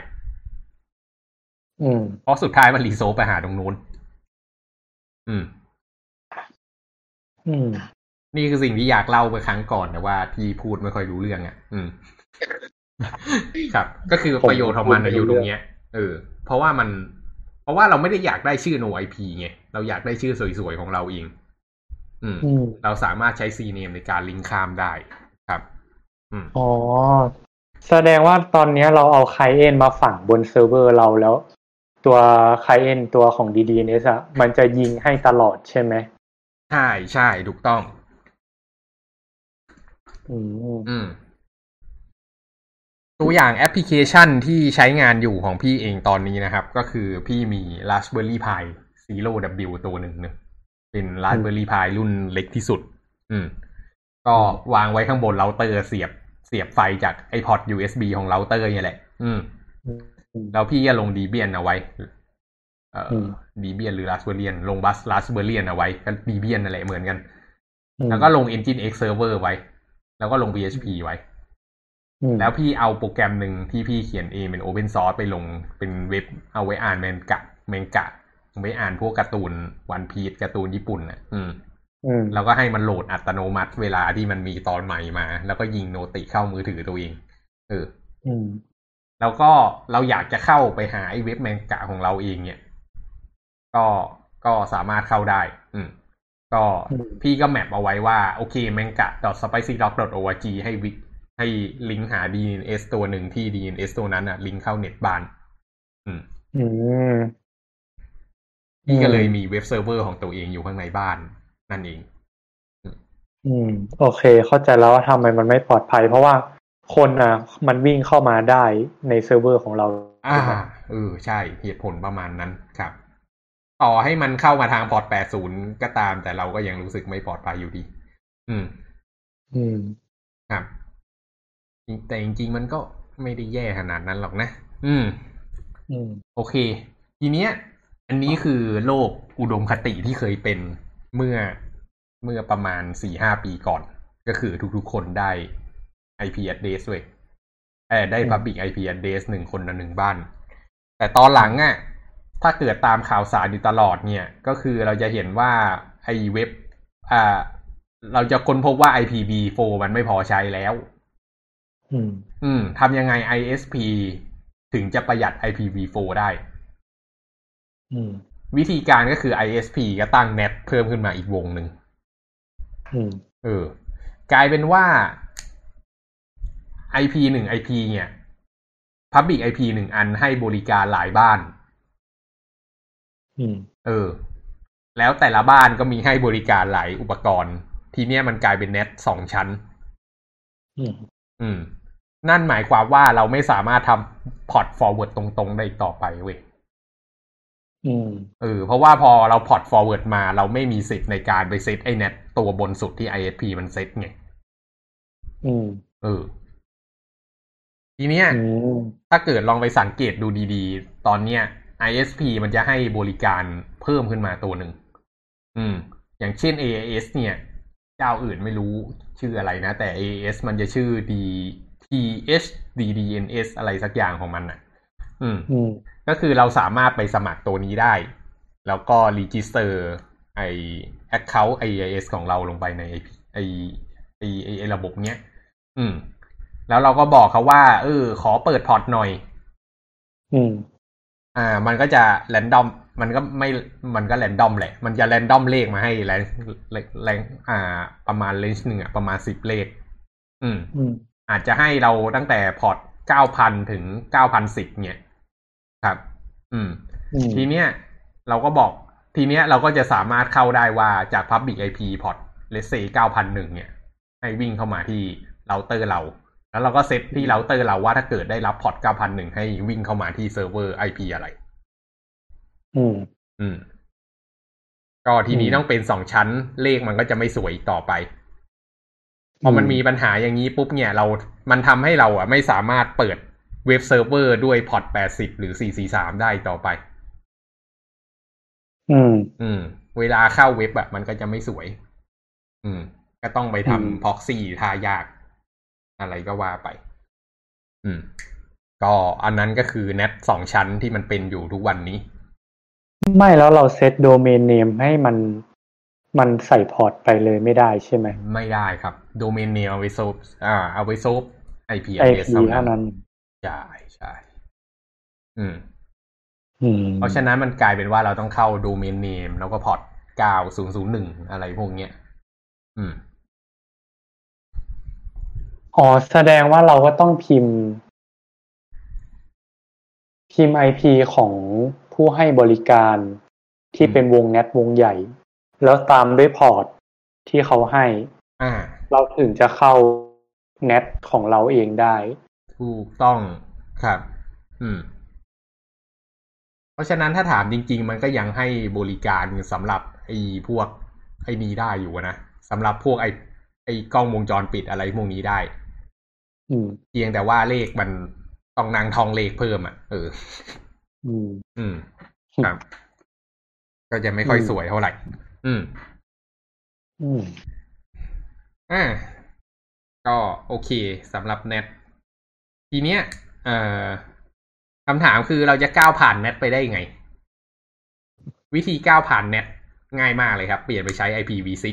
เพราะสุดท้ายมันรีโซร์ไปหาตรงนู้นนี่คือสิ่งที่อยากเล่าไปครั้งก่อนแต่ว่าพี่พูดไม่ค่อยรู้เรื่องครับก็คือประโยชน์ของมันอยู่ตรงเนี้ยเพราะว่าเราไม่ได้อยากได้ชื่อ NoIP ไงเราอยากได้ชื่อสวยๆของเราเองเราสามารถใช้ CNAME ในการลิงก์ข้ามได้ครับอ๋อแสดงว่าตอนนี้เราเอาไคลเอนต์มาฝังบนเซิร์ฟเวอร์เราแล้วตัวไคลเอนต์ตัวของ DDNS อ่ะมันจะยิงให้ตลอดใช่ไหมใช่ถูกต้องตัวอย่างแอปพลิเคชันที่ใช้งานอยู่ของพี่เองตอนนี้นะครับก็คือพี่มี Raspberry Pi Zero W ตัวหนึ่งเป็น Raspberry Pi รุ่นเล็กที่สุดก็วางไว้ข้างบนเราเตอร์เสียบไฟจากไอ้พอร์ต USB ของเราเตอร์นี่แหละแล้วพี่ก็ลง Debian เอาไว้Debian หรือ Raspberry ลงบัส Raspberry เอาไว้ก็ Debian นั่นแหละเหมือนกันแล้วก็ลง Nginx Server ไว้แล้วก็ลง PHP ไว้แล้วพี่เอาโปรแกรมหนึ่งที่พี่เขียนเองเป็น Open Source ไปลงเป็นเว็บเอาไว้อ่านแมงกะไว้อ่านพวกการ์ตูน One Piece การ์ตูนญี่ปุ่นแล้วก็ให้มันโหลดอัตโนมัติเวลาที่มันมีตอนใหม่มาแล้วก็ยิงโนติเข้ามือถือตัวเองแล้วก็เราอยากจะเข้าไปหาไอ้เว็บแมงกะของเราเองเนี่ยก็สามารถเข้าได้ก็พี่ก็แมปเอาไว้ว่าโอเค manga.spicydoc.org ให้ลิงก์หา DNS ตัวหนึ่งที่ DNS ตัวนั้นอ่ะลิงก์เข้าเน็ตบ้านพี่ก็เลยมีเว็บเซิร์ฟเวอร์ของตัวเองอยู่ข้างในบ้านนั่นเองโอเคเข้าใจแล้วว่าทำไมมันไม่ปลอดภัยเพราะว่าคนมันวิ่งเข้ามาได้ในเซิร์ฟเวอร์ของเราใช่เหตุผลประมาณนั้นครับต่อให้มันเข้ามาทางพอร์ต80ก็ตามแต่เราก็ยังรู้สึกไม่ปลอดภัยอยู่ดีครับแต่จริงๆมันก็ไม่ได้แย่ขนาดนั้นหรอกนะโอเคทีเนี้ยอันนี้คือโลกอุดมคติที่เคยเป็นเมื่อประมาณ 4-5 ปีก่อนก็คือทุกๆคนได้ IP address ด้วยได้ public IP address 1 คนต่อ 1 บ้านแต่ตอนหลังถ้าเกิดตามข่าวสารอยู่ตลอดเนี่ยก็คือเราจะเห็นว่าไอ้เว็บเราจะค้นพบว่า IPv4 มันไม่พอใช้แล้วทำยังไง ISP ถึงจะประหยัด IPv4 ได้วิธีการก็คือ ISP ก็ตั้ง NAT เพิ่มขึ้นมาอีกวงหนึ่งกลายเป็นว่า IP 1 IP เนี่ย Public IP 1 อันให้บริการหลายบ้านแล้วแต่ละบ้านก็มีให้บริการหลายอุปกรณ์ทีเนี้ยมันกลายเป็น NAT 2 ชั้นนั่นหมายความว่าเราไม่สามารถทำพอร์ต forward ตรงๆได้อีกต่อไปเว้ยเพราะว่าพอเราพอร์ต forward มาเราไม่มีสิทธิ์ในการไปเซตไอ้ NAT ตัวบนสุดที่ ISP มันเซตไงทีเนี้ยถ้าเกิดลองไปสังเกตดูดีๆตอนเนี้ย ISP มันจะให้บริการเพิ่มขึ้นมาตัวหนึ่งอย่างเช่น AIS เนี่ยเจ้าอื่นไม่รู้ชื่ออะไรนะแต่ AIS มันจะชื่อ DDNS อะไรสักอย่างของมันก็คือเราสามารถไปสมัครตัวนี้ได้แล้วก็ register ไอ้ account AIS ของเราลงไปในไอ้ระบบเนี้ยแล้วเราก็บอกเขาว่าขอเปิดพอร์ตหน่อยมันก็จะแรนดอมมันก็แรนดอมแหละมันจะแรนดอมเลขมาให้แรงประมาณเลนจ์นึงประมาณ10เลขอาจจะให้เราตั้งแต่พอร์ต 9,000 ถึง 9,010 เนี่ยครับทีเนี้ยเราก็บอกทีเนี้ยเราก็จะสามารถเข้าได้ว่าจาก Public IP พอร์ต let's say 9,001 เนี่ยให้วิ่งเข้ามาที่เราเตอร์เราแล้วเราก็เซตที่เราเตอร์เราว่าถ้าเกิดได้รับพอร์ต 9,001 ให้วิ่งเข้ามาที่เซิร์ฟเวอร์ IP อะไรก็ทีนี้ต้องเป็น2ชั้นเลขมันก็จะไม่สวยอีกต่อไปพอมันมีปัญหาอย่างนี้ปุ๊บเนี่ยมันทำให้เราไม่สามารถเปิดเว็บเซิร์ฟเวอร์ด้วยพอร์ต80หรือ443ได้ต่อไปเวลาเข้าเว็บมันก็จะไม่สวยก็ต้องไปทำพ็อกซี่ท่ายากอะไรก็ว่าไปก็อันนั้นก็คือ net 2 ชั้นที่มันเป็นอยู่ทุกวันนี้ไม่แล้วเราเซตโดเมนเนมให้มันใส่พอร์ตไปเลยไม่ได้ใช่ไหมไม่ได้ครับโดเมนเนมเอาไว้โซฟIP address เท่านั้นใช่เพราะฉะนั้นมันกลายเป็นว่าเราต้องเข้าโดเมนเนมแล้วก็พอร์ต9001อะไรพวกเนี้ยแสดงว่าเราก็ต้องพิมพ์ IP ของผู้ให้บริการที่เป็นวงแนตวงใหญ่แล้วตามด้วยพอร์ตที่เขาให้เราถึงจะเข้าแนตของเราเองได้ถูกต้องครับเพราะฉะนั้นถ้าถามจริงๆมันก็ยังให้บริการสำหรับพวกนี้ได้อยู่นะสำหรับพวกกล้องวงจรปิดอะไรพวกนี้ได้เพียงแต่ว่าเลขมันต้องนั่งท่องเลขเพิ่มครับก็จะไม่ค่อยสวยเท่าไหร่ก็โอเคสำหรับ net ทีเนี้ยคำถามคือเราจะก้าวผ่าน net ไปได้ยังไงวิธีก้าวผ่าน net ง่ายมากเลยครับเปลี่ยนไปใช้ IPv6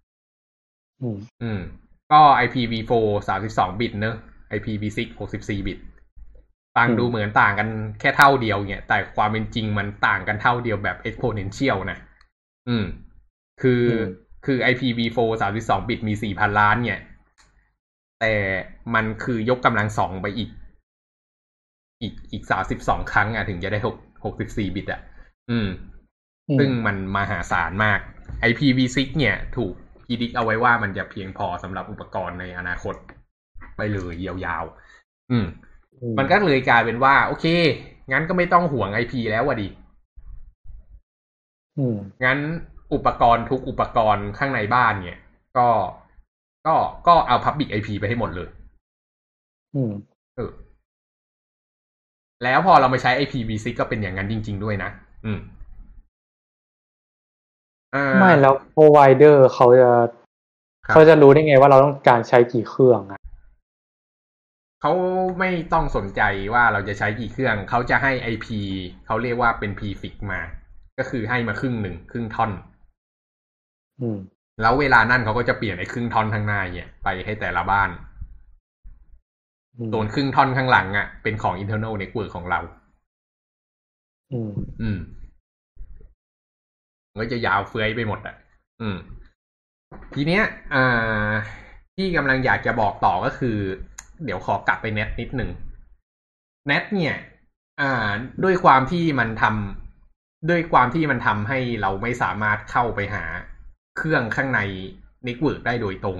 ก็ IPv4 32 บิตเนอะ IPv6 64 บิตฟังดูเหมือนต่างกันแค่เท่าเดียวเนี่ยแต่ความเป็นจริงมันต่างกันเท่าเดียวแบบ exponential นะคือ IPv4 32 บิตมี 4,000 ล้านเนี่ยแต่มันคือยกกำลัง2ไปอีก32ครั้งถึงจะได้64บิตซึ่งมันมหาศาลมาก IPv6 เนี่ยถูกพิจิตรเอาไว้ว่ามันจะเพียงพอสำหรับอุปกรณ์ในอนาคตไปเลยยาวๆมันก็เลยกลายเป็นว่าโอเคงั้นก็ไม่ต้องห่วง IP แล้วดิงั้นอุปกรณ์ทุกอุปกรณ์ข้างในบ้านเนี่ยก็เอา Public IP ไปให้หมดเลยแล้วพอเรามาใช้ IPv6 ก็เป็นอย่างนั้นจริงๆด้วยนะไม่แล้ว provider เขาจะรู้ได้ไงว่าเราต้องการใช้กี่เครื่องเขาไม่ต้องสนใจว่าเราจะใช้กี่เครื่องเขาจะให้ IP เขาเรียกว่าเป็น prefix มาก็คือให้มาครึ่งท่อนแล้วเวลานั่นเขาก็จะเปลี่ยนไอ้ครึ่งท่อนข้างหน้าเนี่ยไปให้แต่ละบ้านส่วนครึ่งท่อนข้างหลังเป็นของ internal network ของเรามันก็จะยาวเฟ้ยไปหมดทีเนี้ยที่กำลังอยากจะบอกต่อก็คือเดี๋ยวขอกลับไป net นิดนึง net เนี่ยด้วยความที่มันทำให้เราไม่สามารถเข้าไปหาเครื่องข้างใน network ได้โดยตรง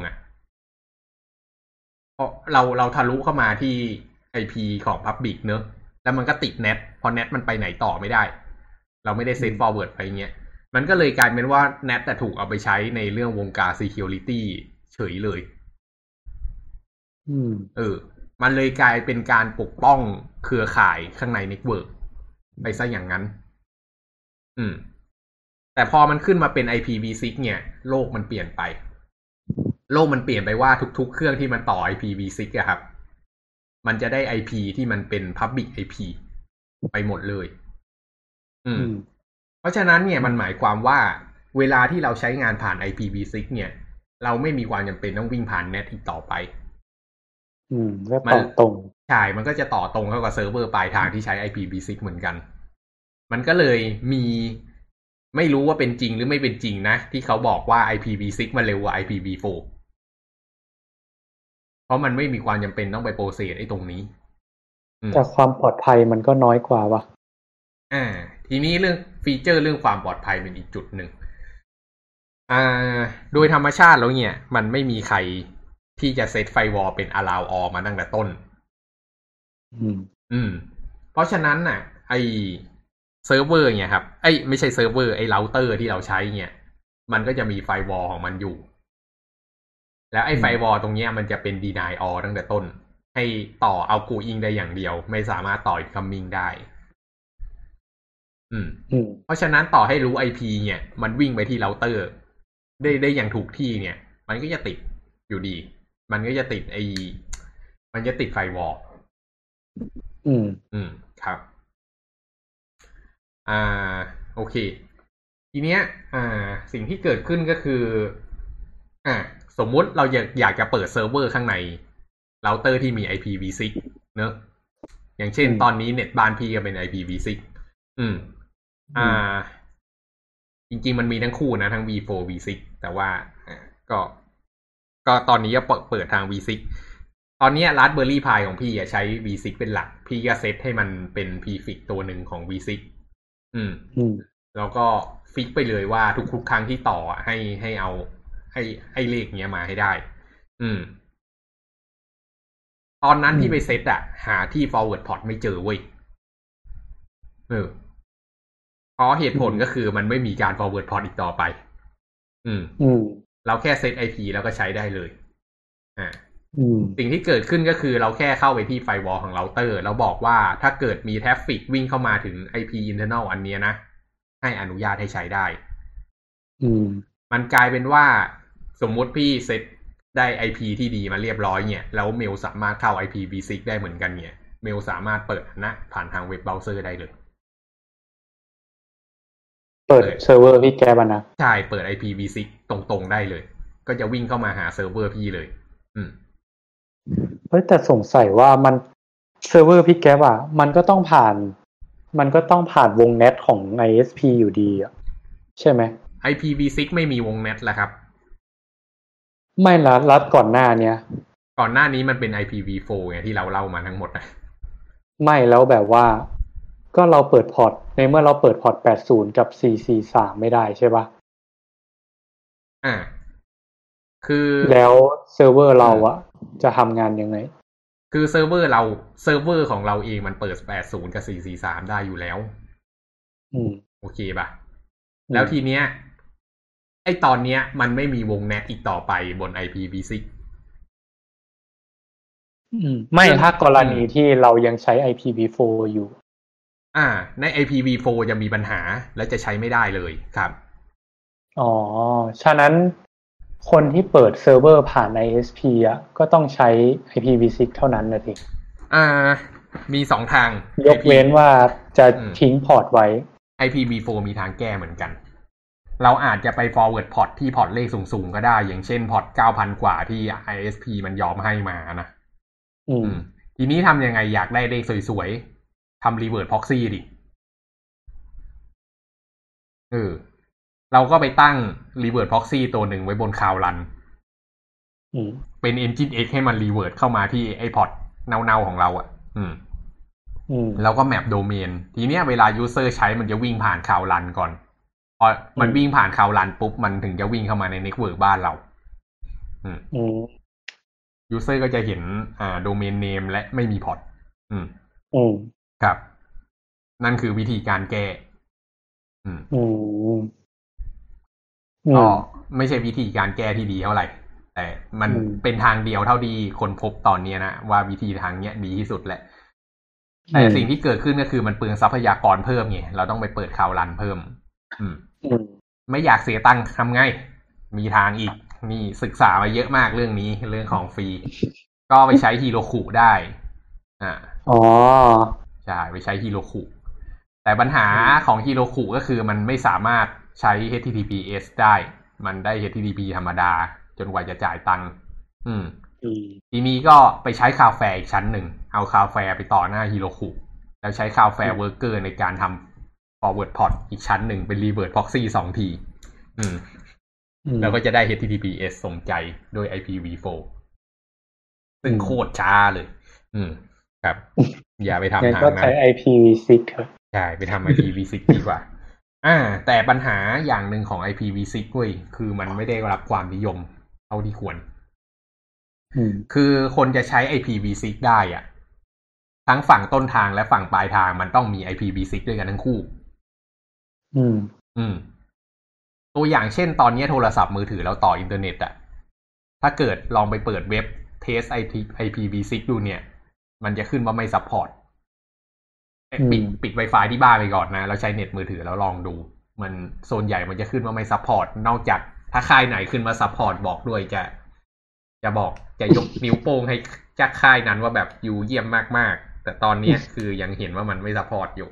เพราะเราทะลุเข้ามาที่ IP ของ public เนอะแล้วมันก็ติด net พอ net มันไปไหนต่อไม่ได้เราไม่ได้เซต forward ไปเงี้ยมันก็เลยกลายเป็นว่า net แต่ถูกเอาไปใช้ในเรื่องวงการ security เฉยเลยมันเลยกลายเป็นการปกป้องเครือข่ายข้างใน network ไปซะอย่างนั้นแต่พอมันขึ้นมาเป็น IPv6 เนี่ยโลกมันเปลี่ยนไปว่าทุกๆเครื่องที่มันต่อ IPv6 ครับมันจะได้ IP ที่มันเป็น Public IP ไปหมดเลยเพราะฉะนั้นเนี่ยมันหมายความว่าเวลาที่เราใช้งานผ่าน IPv6 เนี่ยเราไม่มีความจำเป็นต้องวิ่งผ่าน net อีกต่อไปก็ต่อตรงใช่มันก็จะต่อตรงเข้ากับเซิร์ฟเวอร์ปลายทางที่ใช้ IPv6 เหมือนกันมันก็เลยมีไม่รู้ว่าเป็นจริงหรือไม่เป็นจริงนะที่เขาบอกว่า IPv6 มันเร็วกว่า IPv4 เพราะมันไม่มีความจำเป็นต้องไปโปรเซสตรงนี้แต่ความปลอดภัยมันก็น้อยกว่าวะทีนี้เรื่องฟีเจอร์เรื่องความปลอดภัยเป็นอีกจุดหนึ่งโดยธรรมชาติแล้วเนี่ยมันไม่มีใครที่จะเซตไฟวอลเป็น allow all มาตั้งแต่ต้นเพราะฉะนั้นน่ะไอเซิร์ฟเวอร์เนี่ยครับไม่ใช่เซิร์ฟเวอร์ไอเราเตอร์ที่เราใช้เนี่ยมันก็จะมีไฟวอลของมันอยู่แล้วไอไฟวอลตรงเนี้ยมันจะเป็น deny all ตั้งแต่ต้นให้ต่อเอากูอิงได้อย่างเดียวไม่สามารถต่อ incoming ได้เพราะฉะนั้นต่อให้รู้ IP เนี่ยมันวิ่งไปที่เราเตอร์ได้อย่างถูกที่เนี่ยมันก็จะติดอยู่ดีมันก็จะติดมันจะติดไฟวอลครับโอเคทีเนี้ยสิ่งที่เกิดขึ้นก็คือสมมุติเราอยากจะเปิดเซิร์ฟเวอร์ข้างในเราเตอร์ที่มี IPv6 เนอะอย่างเช่นตอนนี้เน็ตบ้านพี่ก็เป็น IPv6 จริงๆมันมีทั้งคู่นะทั้ง V4 V6 แต่ว่าก็ตอนนี้ก็เปิดทาง V6 ตอนนี้ Raspberry Pi ของพี่ใช้ V6 เป็นหลักพี่ก็เซตให้มันเป็น prefix ตัวหนึ่งของ V6 แล้วก็ฟิกไปเลยว่าทุกครั้งที่ต่อให้เอาให้เลขเนี้ยมาให้ได้ตอนนั้นที่ไปเซตหาที่ forward port ไม่เจอเว้ยเพราะเหตุผลก็คือมันไม่มีการ forward port อีกต่อไปเราแค่เซต IP แล้วก็ใช้ได้เลยสิ่งที่เกิดขึ้นก็คือเราแค่เข้าไปที่ไฟวอลของเราเตอร์แล้วบอกว่าถ้าเกิดมีแทฟฟิกวิ่งเข้ามาถึง IP internal อันนี้นะให้อนุญาตให้ใช้ได้มันกลายเป็นว่าสมมุติพี่เซตได้ IP ที่ดีมาเรียบร้อยเนี่ยแล้วเมลสามารถเข้า IPv6 ได้เหมือนกันเนี่ยเมลสามารถเปิดนะผ่านทางเว็บเบราว์เซอร์ได้เลยเปิดเซิร์ฟเวอร์พี่แกบ้านะใช่เปิด IPv6 ตรงๆได้เลยก็จะวิ่งเข้ามาหาเซิร์ฟเวอร์พี่เลยแต่สงสัยว่ามันเซิร์ฟเวอร์พี่แกมันก็ต้องผ่านวงเน็ตของ ISP อยู่ดีอ่ะใช่ไหม IPv6 ไม่มีวงเน็ตแล้วครับไม่ละรัดก่อนหน้าเนี้ยก่อนหน้านี้มันเป็น IPv4 ไงที่เราเล่ามาทั้งหมดนะไม่แล้วแบบว่าก็เราเปิดพอร์ตในเมื่อเราเปิดพอร์ต80กับ443ไม่ได้ใช่ปะคือแล้วเซิร์ฟเวอร์เราจะทำงานยังไงคือเซิร์ฟเวอร์ของเราเองมันเปิด80กับ443ได้อยู่แล้วโอเคป่ะแล้วทีเนี้ยไอตอนเนี้ยมันไม่มีวงเน็ตอีกต่อไปบน IPv6 ไม่ถ้ากรณีที่เรายังใช้ IPv4 อยู่ใน IPv4 จะมีปัญหาและจะใช้ไม่ได้เลยครับฉะนั้นคนที่เปิดเซิร์ฟเวอร์ผ่าน ISP ก็ต้องใช้ IPv6 เท่านั้นนะทีมี2ทางยกเว้นว่าจะทิ้งพอร์ตไว้ IPv4 มีทางแก้เหมือนกันเราอาจจะไป forward port ที่พอร์ตเลขสูงๆก็ได้อย่างเช่นพอร์ต 9,000 กว่าที่ ISP มันยอมให้มานะทีนี้ทำยังไงอยากได้เลขสวยๆทำ reverse proxy ดิเราก็ไปตั้ง reverse proxy ตัวหนึ่งไว้บน cloud run เป็น engine X ให้มัน reverse เข้ามาที่ไอ้พอร์ตเน่าๆของเราแล้วก็แมปโดเมนทีเนี้ยเวลา user ใช้มันจะวิ่งผ่าน cloud run ก่อนพอมันวิ่งผ่านคาวรันปุ๊บมันถึงจะวิ่งเข้ามาในเน็ตเวิร์กบ้านเรายูเซอร์ก็จะเห็นโดเมนเนมและไม่มีพอร์ตครับนั่นคือวิธีการแก้ก็ไม่ใช่วิธีการแก้ที่ดีเท่าไหร่แต่มันเป็นทางเดียวเท่าที่คนพบตอนนี้นะว่าวิธีทางเนี้ยดีที่สุดแหละแต่สิ่งที่เกิดขึ้นก็คือมันเปลืองทรัพยากรเพิ่มไงเราต้องไปเปิดคาวรันเพิ่มไม่อยากเสียตังค์ทำไงมีทางอีกนี่ศึกษามาเยอะมากเรื่องนี้เรื่องของฟรีก็ไปใช้ฮิโรคุได้ใช่ไปใช้ฮิโรคุแต่ปัญหาของฮิโรคุก็คือมันไม่สามารถใช้ HTTPS ได้มันได้ HTTP ธรรมดาจนกว่าจะจ่ายตังค์ทีนี้ก็ไปใช้คาแฟอีกชั้นหนึ่งเอาคาแฟไปต่อหน้าฮิโรคุแล้วใช้คาแฟเวิร์กเกอร์ในการทำ forward port อีกชั้นหนึ่งเป็น reverse proxy 2 ทีแล้วก็จะได้ HTTPS สมใจโดย IPv4 ซึ่งโคตรช้าเลยครับอย่าไปทำทางนั้นก็ใช้ IPv6 ใช่ไปทำ IPv6 ดีกว่าแต่ปัญหาอย่างหนึ่งของ IPv6 เว้ยคือมันไม่ได้รับความนิยมเท่าที่ควรคือคนจะใช้ IPv6 ได้อ่ะทั้งฝั่งต้นทางและฝั่งปลายทางมันต้องมี IPv6 ด้วยกันทั้งคู่ตัวอย่างเช่นตอนนี้โทรศัพท์มือถือเราต่ออินเทอร์เน็ตอ่ะถ้าเกิดลองไปเปิดเว็บเทส IPv6 ดูเนี่ยมันจะขึ้นว่าไม่ซัพพอร์ตปิด Wi-Fi ที่บ้านไปก่อนนะแล้วใช้เน็ตมือถือแล้วลองดูมันโซนใหญ่มันจะขึ้นว่าไม่ซัพพอร์ตนอกจากถ้าค่ายไหนขึ้นมาซัพพอร์ตบอกด้วยจะบอกจะยกนิ้วโป้งให้จากค่ายนั้นว่าแบบอยู่เยี่ยมมากๆแต่ตอนนี้คือยังเห็นว่ามันไม่ซัพพอร์ตอยู่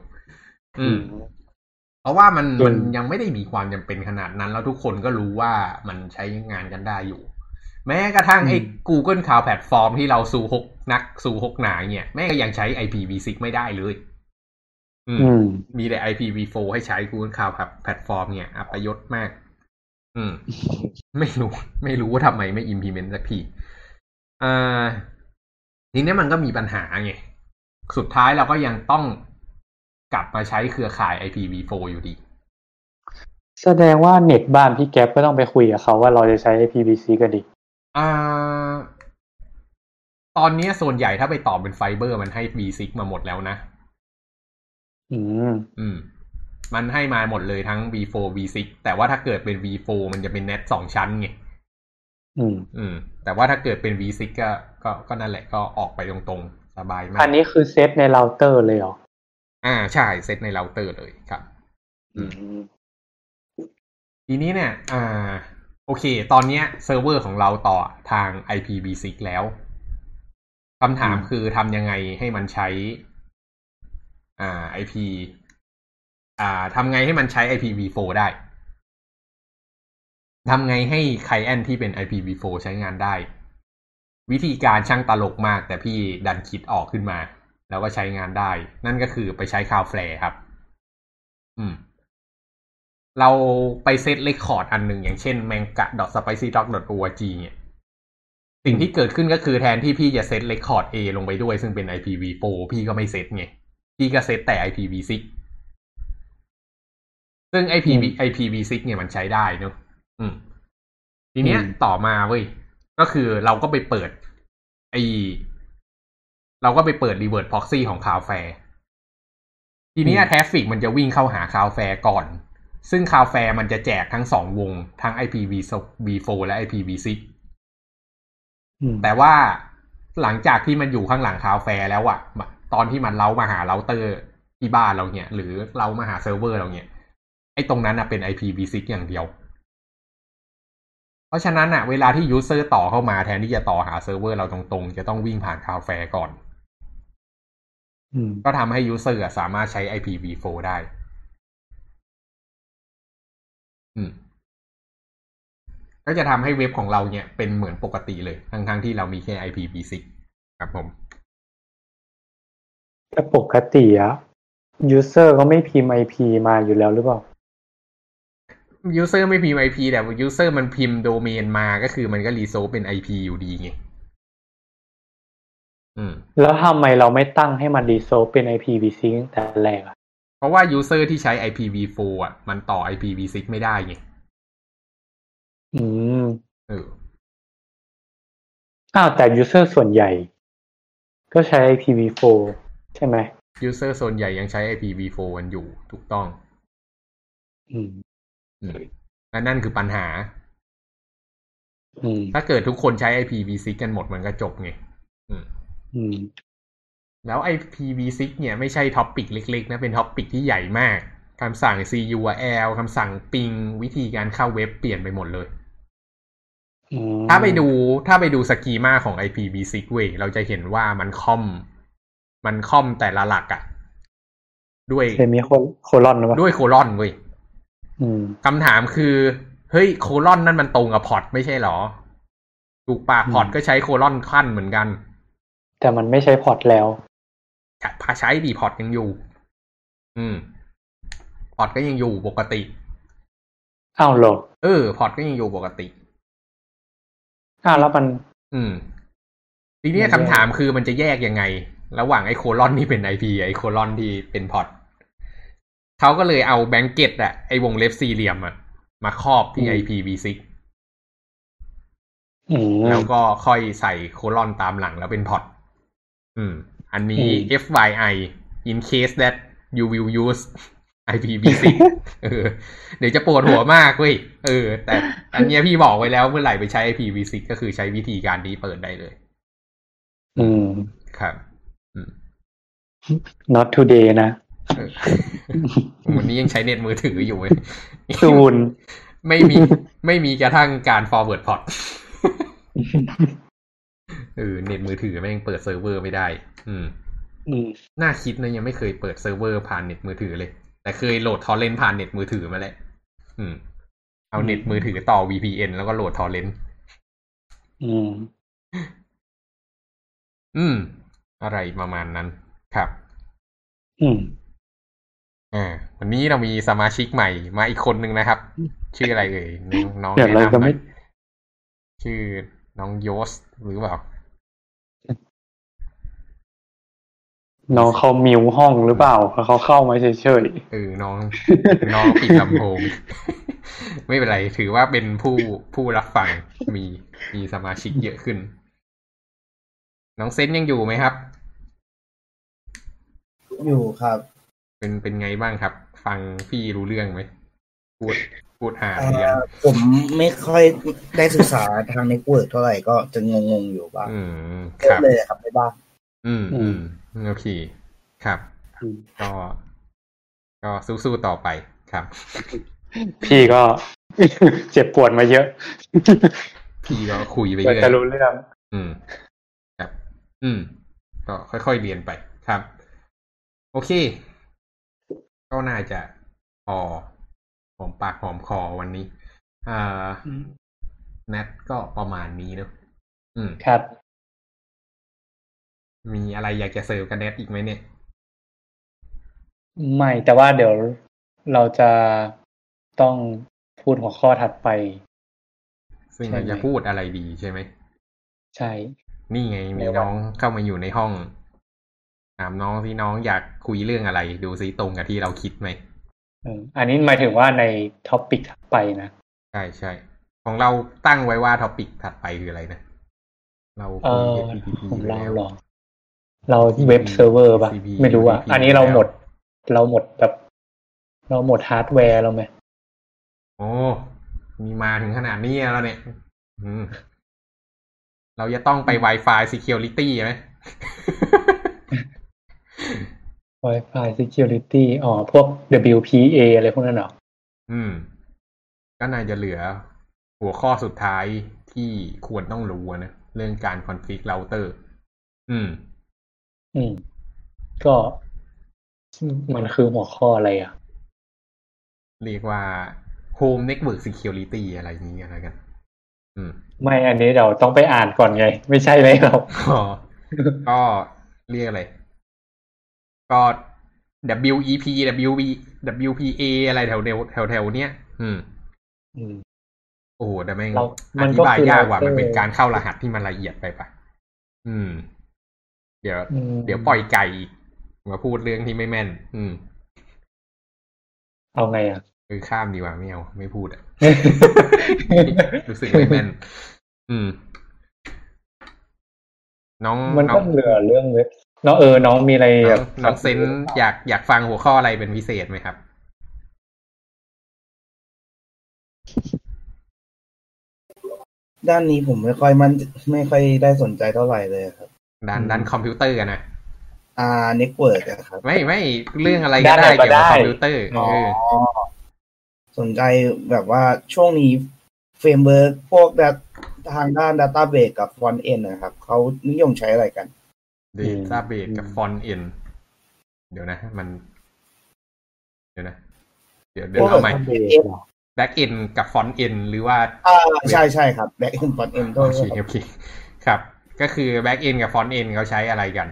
เพราะว่ามันยังไม่ได้มีความจำเป็นขนาดนั้นแล้วทุกคนก็รู้ว่ามันใช้งานกันได้อยู่แม้กระทั่งไอ้ Google Cloud Platform ที่เราสู่ฮกหนาเนี่ยแม่ก็ยังใช้ IPv6 ไม่ได้เลยมีแต่ IPv4 ให้ใช้ Google Cloud Platform เนี่ยอัปยศมากไม่รู้ว่าทำไมไม่ implement สักทีทีนี้มันก็มีปัญหาไงสุดท้ายเราก็ยังต้องกลับมาใช้เครือข่าย IPv4 อยู่ดีแสดงว่าเน็ตบ้านพี่แก๊ปก็ต้องไปคุยกับเขาว่าเราจะใช้ IPv6 กันดิตอนนี้ส่วนใหญ่ถ้าไปต่อเป็นไฟเบอร์มันให้ V6 มาหมดแล้วนะมันให้มาหมดเลยทั้ง V4 V6 แต่ว่าถ้าเกิดเป็น V4 มันจะเป็น net 2 ชั้นไงแต่ว่าถ้าเกิดเป็น V6 ก็นั่นแหละก็ออกไปตรงๆสบายมากอันนี้คือเซตในเราเตอร์เลยเหรอใช่เซตในเราเตอร์เลยครับทีนี้เนี่ยโอเคตอนนี้เซิร์ฟเวอร์ของเราต่อทาง IPv6 แล้วคำถามคือทำยังไงให้มันใช้IP ทำไงให้มันใช้ IPv4 ได้ทำไงให้ไคลเอนท์ที่เป็น IPv4 ใช้งานได้วิธีการช่างตลกมากแต่พี่ดันคิดออกขึ้นมาแล้วก็ใช้งานได้นั่นก็คือไปใช้ Cloudflare ครับเราไปเซตเรคคอร์ดอันหนึ่งอย่างเช่น manga.spicytalk.org เนี่ยสิ่งที่เกิดขึ้นก็คือแทนที่พี่จะเซตเรคคอร์ด A ลงไปด้วยซึ่งเป็น IPv4 พี่ก็ไม่เซตไงพี่ก็เซตแต่ IPv6 ซึ่ง IPv6 เนี่ยมันใช้ได้เนอะทีเนี้ยต่อมาเว้ยก็คือเราก็ไปเปิดreverse proxy ของ Cloudflare ทีนี้ทราฟฟิกมันจะวิ่งเข้าหา Cloudflare ก่อนซึ่ง Cloudflare มันจะแจกทั้ง2วงทั้ง IPv4 และ IPv6 แต่ว่าหลังจากที่มันอยู่ข้างหลัง Cloudflare แล้วอะตอนที่มันเล้ามาหาเราเตอร์ที่บ้านเราเนี่ยหรือเล้ามาหาเซิร์ฟเวอร์เราเนี่ยไอ้ตรงนั้นน่ะเป็น IPv6 อย่างเดียวเพราะฉะนั้นน่ะเวลาที่ยูเซอร์ต่อเข้ามาแทนที่จะต่อหาเซิร์ฟเวอร์เราตรงๆจะต้องวิ่งผ่าน Cloudflare ก่อนก็ทำให้ยูเซอร์สามารถใช้ IPv4 ได้ก็จะทำให้เว็บของเราเนี่ยเป็นเหมือนปกติเลยทั้งที่เรามีแค่ IPv6 ครับผมแต่ปกติอะยูเซอร์ก็ไม่พิมพ์ IP มาอยู่แล้วหรือเปล่ายูเซอร์ไม่พิมพ์ IP แต่ยูเซอร์มันพิมพ์โดเมนมาก็คือมันก็รีโซลเป็น IP อยู่ดีไงแล้วทำไมเราไม่ตั้งให้มันรีโซลเป็น IPv6 ตั้งแต่แรกอ่ะเพราะว่ายูเซอร์ที่ใช้ IPv4 อ่ะมันต่อ IPv6 ไม่ได้ไงแต่ยูเซอร์ส่วนใหญ่ก็ใช้ IPv4 ใช่ไหมยูเซอร์ส่วนใหญ่ยังใช้ IPv4 กันอยู่ถูกต้องนั่นคือปัญหาถ้าเกิดทุกคนใช้ IPv6 กันหมดมันก็จบไงแล้ว IPv6 เนี่ยไม่ใช่ท็อปปิกเล็กๆนะเป็นท็อปปิกที่ใหญ่มากคำสั่ง CURL คำสั่ง ping วิธีการเข้าเว็บเปลี่ยนไปหมดเลยถ้าไปดูสกีมาของ IPv6 เว้ยเราจะเห็นว่ามันค่อมแต่ละหลักอ่ะด้วยมีโคลอนด้วยโคลอนเว้ยคำถามคือเฮ้ยโคลอนนั่นมันตรงกับพอร์ตไม่ใช่หรอถูกปะพอร์ตก็ใช้โคลอนขั้นเหมือนกันแต่มันไม่ใช่พอร์ตแล้วใช้ดีพอร์ตยังอยู่พอร์ตก็ยังอยู่ปกติอ้าวเหรอพอร์ตก็ยังอยู่ปกติแล้วมันทีนี้คำถามคือมันจะแยกยังไงระหว่างไอ้โคลอนที่เป็น IP ไอ้โคลอนที่เป็นพอร์ตเขาก็เลยเอาแบงเก็ตไอ้วงเล็บสี่เหลี่ยมมาครอบที่ IPv6 แล้วก็ค่อยใส่โคลอนตามหลังแล้วเป็นพอร์ตอันนี้ FYI in case that you will use IPv6 เดี๋ยวจะปวดหัวมากเว้ยแต่อันเนี้ยพี่บอกไว้แล้วเมื่อไหร่ไปใช้ IPv6 ก็คือใช้วิธีการนี้เปิดได้เลยครับ not today นะวันนี้ยังใช้เน็ตมือถืออยู่เลยซูนไม่มีกระทั่งการ forward port เน็ตมือถือแม่งเปิดเซิร์ฟเวอร์ไม่ได้น่าคิดนะยังไม่เคยเปิดเซิร์ฟเวอร์ผ่านเน็ตมือถือเลยแต่เคยโหลดทอร์เรนต์ผ่านเน็ตมือถือมาแล้วเอาเน็ตมือถือต่อ VPN แล้วก็โหลดทอร์เรนต์อะไรประมาณนั้นครับวันนี้เรามีสมาชิกใหม่มาอีกคนนึงนะครับชื่ออะไรเอ่ยน้องแนะนำหน่อยชื่อน้องโยสหรือเปล่าน้องเขามิวห้องหรือเปล่าเขาเข้ามาเฉยๆน้องปิดลำโพงไม่เป็นไรถือว่าเป็นผู้รับฟังมีสมาชิกเยอะขึ้นน้องเซนยังอยู่ไหมครับอยู่ครับเป็นไงบ้างครับฟังพี่รู้เรื่องไหมพูดหาเรียนผมไม่ค่อยได้ศึกษาทางเน็ตเวิร์คเท่าไหร่ก็จะงงๆอยู่บ้างครับเลยครับในบ้างโอเคครับก็สู้ๆต่อไปครับพี่ก็เจ็บปวดมาเยอะพี่ก็คุยไปเรื่อยจะรู้เรื่องครับก็ค่อยๆเรียนไปครับโอเคก็น่าจะพอหอมปากหอมคอวันนี้แนทก็ประมาณนี้เนอะครับมีอะไรอยากจะเสริมกับแนทอีกไหมเนี่ยไม่แต่ว่าเดี๋ยวเราจะต้องพูดหัวข้อถัดไปซึ่งเราจะพูดอะไรดีใช่ไหมใช่นี่ไงมีน้องเข้ามาอยู่ในห้องถามน้องที่น้องอยากคุยเรื่องอะไรดูซิตรงกับที่เราคิดไหมอันนี้หมายถึงว่าในท็อปิกถัดไปนะใช่ใช่ของเราตั้งไว้ว่าท็อปิกถัดไปคืออะไรนะเราคุย HTTP ของเราหรอเราเว็บเซิร์ฟเวอร์ป่ะไม่รู้อ่ะอันนี้เราหมดแบบเราหมดฮาร์ดแวร์เราไหมโอ้มีมาถึงขนาดนี้แล้วเนี่ยเราจะต้องไป Wi-Fi Security ไหม Wi-Fi Security พวก WPA อะไรพวกนั้นเหรอก็น่าจะเหลือหัวข้อสุดท้ายที่ควรต้องรู้นะเรื่องการ config router ก็มันคือหัวข้ออะไรอ่ะเรียกว่า Home Network Security อะไรอย่างนี้อะไรกันไม่อันนี้เราต้องไปอ่านก่อนไงไม่ใช่ไหมเราก็เรียกอะไรก็ WEP WPA อะไรแถวเนี้ยโอ้โหแต่แม่งอธิบายยากว่ามันเป็นการเข้ารหัสที่มันละเอียดไปปะเดี๋ยวปล่อยไก่มาพูดเรื่องที่ไม่แม่นเอาไงอ่ะข้ามดีกว่าไม่เอาไม่พูดอ่ะ รู้สึกไม่แม่นน้องมันก็เหลือเรื่องเว็บน้องน้องมีอะไรน้องเซนอยากฟังหัวข้ออะไรเป็นพิเศษไหมครับด้านนี้ผมไม่ค่อยได้สนใจเท่าไหร่เลยครับด้านคอมพิวเตอร์นะเน็ตเวิร์กครับไม่เรื่องอะไรก็ได้เกี่ยวกับคอมพิวเตอร์สนใจแบบว่าช่วงนี้เฟรมเวิร์กพวกทางด้าน Database กับ Front End นะครับเขานิยมใช้อะไรกัน Database กับ Front End เดี๋ยวนะเดี๋ยวเอาใหม่ Back End กับ Front End หรือว่าใช่ครับ Back End Front End โอเคครับก็คือ Back End กับ Front End เขาใช้อะไรกัน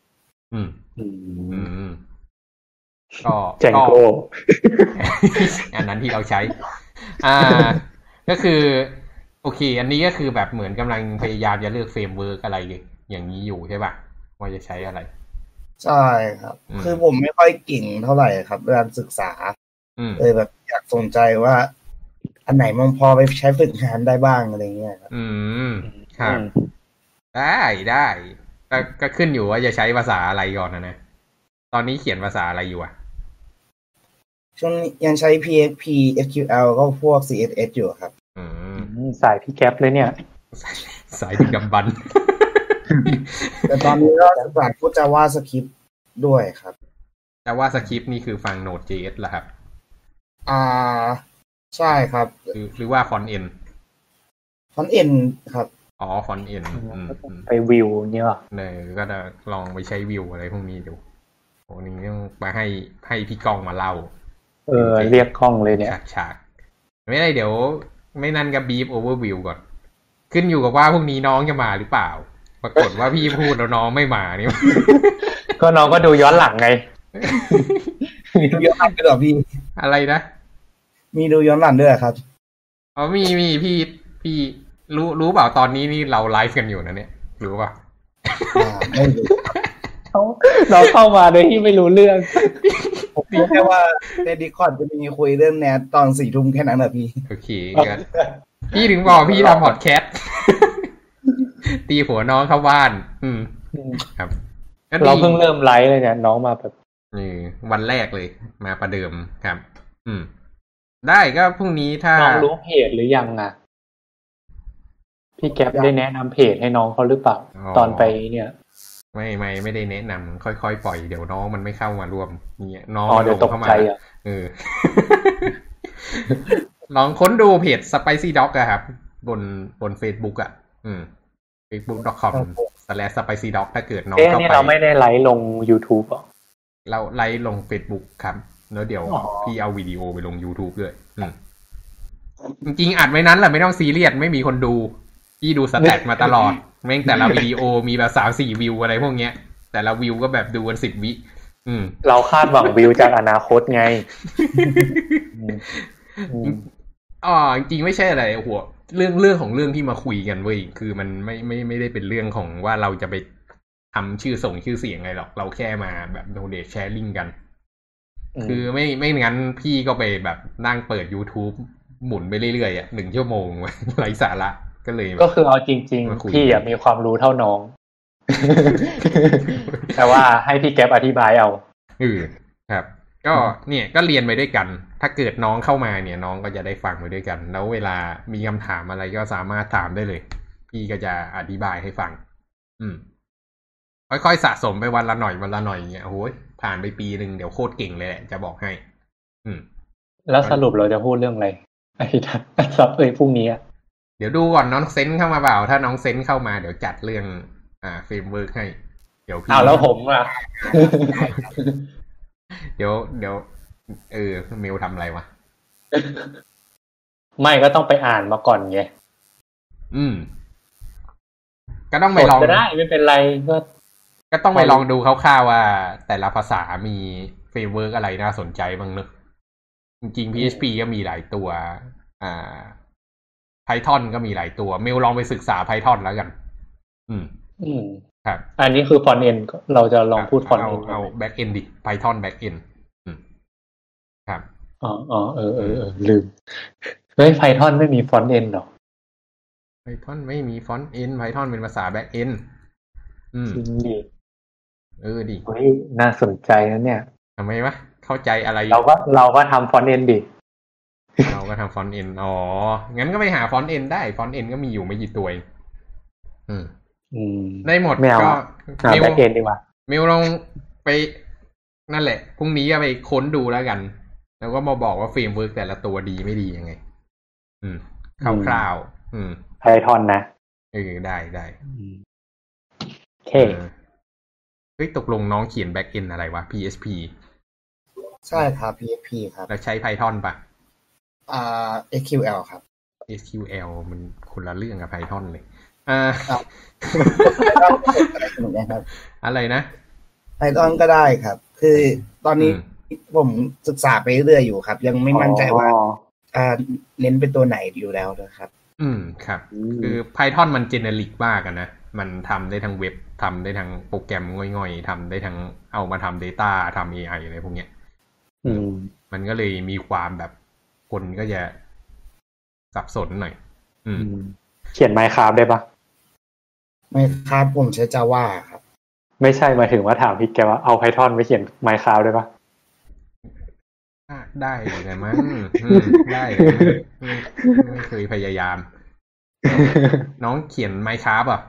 ก็ Django อันนั้นที่เราใช้ก็คือโอเคอันนี้ก็คือแบบเหมือนกำลังพยายามจะเลือกเฟรมเวิร์กอะไรอย่างนี้อยู่ใช่ป่ะว่าจะใช้อะไรใช่ครับคือผมไม่ค่อยเก่งเท่าไหร่ครับเรื่องศึกษาเลยแบบอยากสนใจว่าออันไหนมันพอไปใช้ฝึกงานได้บ้างอะไรเงี้ยครับครับได้ก็ขึ้นอยู่ว่าจะใช้ภาษาอะไรก่อนนะตอนนี้เขียนภาษาอะไรอยู่อ่ะช่วงนี้ยังใช้ PHP SQL ก็พวก CSS อยู่ครับสายพี่แก๊ปเลยเนี่ยสายดึกดำบรรพ์แต่ตอนนี้ก็ศึกษาพวก JavaScript ด้วยครับ JavaScript นี่คือฟัง Node.js เหรอครับใช่ครับหรือว่า Front End ครับอ๋อ Front End ไปวิวเนี่ยก็จะลองไปใช้วิวอะไรพวกนี้ดูโอ้นี่ต้องมาให้พี่ก้องมาเล่าเรียกกล้องเลยเนี่ยฉากไม่ได้เดี๋ยวไม่นั่นก็บีฟโอเวอร์วิวก่อนขึ้นอยู่กับว่าพรุ่งนี้น้องจะมาหรือเปล่าปรากฏว่าพี่พูดแล้วน้องไม่มานี่ก็น้องก็ดูย้อนหลังไงย้อนหลังด้วยเหรอพี่อะไรนะมีดูย้อนหลังด้วยครับอ๋อมีพี่รู้เปล่าตอนนี้นี่เราไลฟ์กันอยู่นะเนี่ยรู้ป่ะไม่รู้เราเข้ามาโดยที่ไม่รู้เรื่องผมรู้แค่ว่าใน Discord จะมีคุยเรื่องแนทตอน 4 ทุ่มแค่นั้นแหละพี่โอเคกันพี่ถึงบอกพี่ทำพอดแคสต์ตีหัวน้องเข้าบ้านครับเราเพิ่งเริ่มไลฟ์เลยเนี่ยน้องมาแบบวันแรกเลยมาประเดิมครับได้ก็พรุ่งนี้ถ้าน้องรู้เพจหรือยังอ่ะพี่แก๊ปได้แนะนำเพจให้น้องเขาหรือเปล่าตอนไปเนี่ยไม่ได้แนะนำค่อยๆปล่อยเดี๋ยวน้องมันไม่เข้ามาร่วมเนี่ยน้องเดี๋ยวตกใจอ่ะลองค้นดูเพจ Spicy Dog อะครับบน Facebook อ่ะfacebook.com/Spicy Dog ถ้าเกิดน้องเข้าไปเราไม่ได้ไลฟ์ลง YouTube หรอเราไลฟ์ลง Facebook ครับแล้วเดี๋ยวพี่เอาวิดีโอไปลง YouTube ด้วยจริงๆอัดไว้นั้นแหละไม่ต้องซีเรียสไม่มีคนดูพี่ดูสแตทมาตลอดแม่งแต่ละวิดีโอมีแบบ 3-4 วิวอะไรพวกเนี้ยแต่ละวิวก็แบบดูกัน10 วิเราคาดหวังวิวจากอนาคตไงจริงๆไม่ใช่อะไรหัวเรื่องของเรื่องที่มาคุยกันเว้ยคือมันไม่ได้เป็นเรื่องของว่าเราจะไปทำชื่อเสียงไงหรอกเราแค่มาแบบ donate sharing กันคือไม่งั้นพี่ก็ไปแบบนั่งเปิด YouTube หมุนไปเรื่อยๆ1 ชั่วโมงไร้สาระก็คือเอาจริงๆพี่มีความรู้เท่าน้องแต่ว่าให้พี่แก๊ปอธิบายเอาครับก็เนี่ยก็เรียนไปด้วยกันถ้าเกิดน้องเข้ามาเนี่ยน้องก็จะได้ฟังไปด้วยกันแล้วเวลามีคำถามอะไรก็สามารถถามได้เลยพี่ก็จะอธิบายให้ฟังค่อยๆสะสมไปวันละหน่อยเนี่ยโอ้ยผ่านไปปีนึงเดี๋ยวโคตรเก่งเลยแหละจะบอกให้แล้วสรุปเราจะพูดเรื่องอะไรไอ้ทับพรุ่งนี้เดี๋ยวดูก่อนน้องเซนเข้ามาเปล่าถ้าน้องเซนเข้ามาเดี๋ยวจัดเรื่องเฟรมเวิร์กให้เดี๋ยวพี่แล้วผมเดี๋ยวเมลทำอะไรวะไม่ก็ต้องไปอ่านมาก่อนไงก็ต้องไปลองได้ไม่เป็นไรก็ต้องไปลองดูคร่าวๆว่าแต่ละภาษามีเฟรมเวิร์กอะไรน่าสนใจบ้างนึกจริงๆ PHP ก็มีหลายตัวPython ก็มีหลายตัวเมลลองไปศึกษา Python แล้วกันครับอันนี้คือ front end เราจะลองพูด front end เอา back end ดิ Python back end ครับลืมเฮ้ย Python ไม่มี front end หรอ Python ไม่มี front end Python เป็นภาษา back end จริงดิดิเฮ้ยน่าสนใจนะเนี่ยทำไมวะเข้าใจอะไรเราก็ทำ front end ดิเราก็ทำ front end งั้นก็ไปหา front end ได้ front end ก็มีอยู่ไม่กี่ตัวได้หมดก็เมล back end ดีกว่าเมลลองไปนั่นแหละพรุ่งนี้ไปค้นดูแล้วกันแล้วก็มาบอกว่าเฟรมเวิร์กแต่ละตัวดีไม่ดียังไงคร่าวๆPython นะได้โอเคเฮ้ยตกลงน้องเขียน back end อะไรวะ PHP ใช่ครับ PHP ครับแล้วใช้ Python ป่ะ SQL ครับ SQL มันคนละเรื่องกับ Python เลยอะไรนะ Python ก็ได้ครับคือตอนนี้ผมศึกษาไปเรื่อยอยู่ครับยังไม่มั่นใจว่าเน้นเป็นตัวไหนอยู่แล้วนะครับครับคือ Python มัน generic มากนะมันทำได้ทั้งเว็บทำได้ทั้งโปรแกรมง่อยๆทำได้ทั้งเอามาทำ data ทำ AI อะไรพวกเนี้ยมันก็เลยมีความแบบคนก็จะสับสนหน่อยเขียน Minecraft ได้ปะ Minecraft ผมใช้ Java ครับไม่ใช่หมายถึงว่าถามพี่แกว่าเอา Python ไปเขียน Minecraft ได้ปะได้เลยมั้งได้ไม่เคยพยายามน้องเขียน Minecraft อ่ะ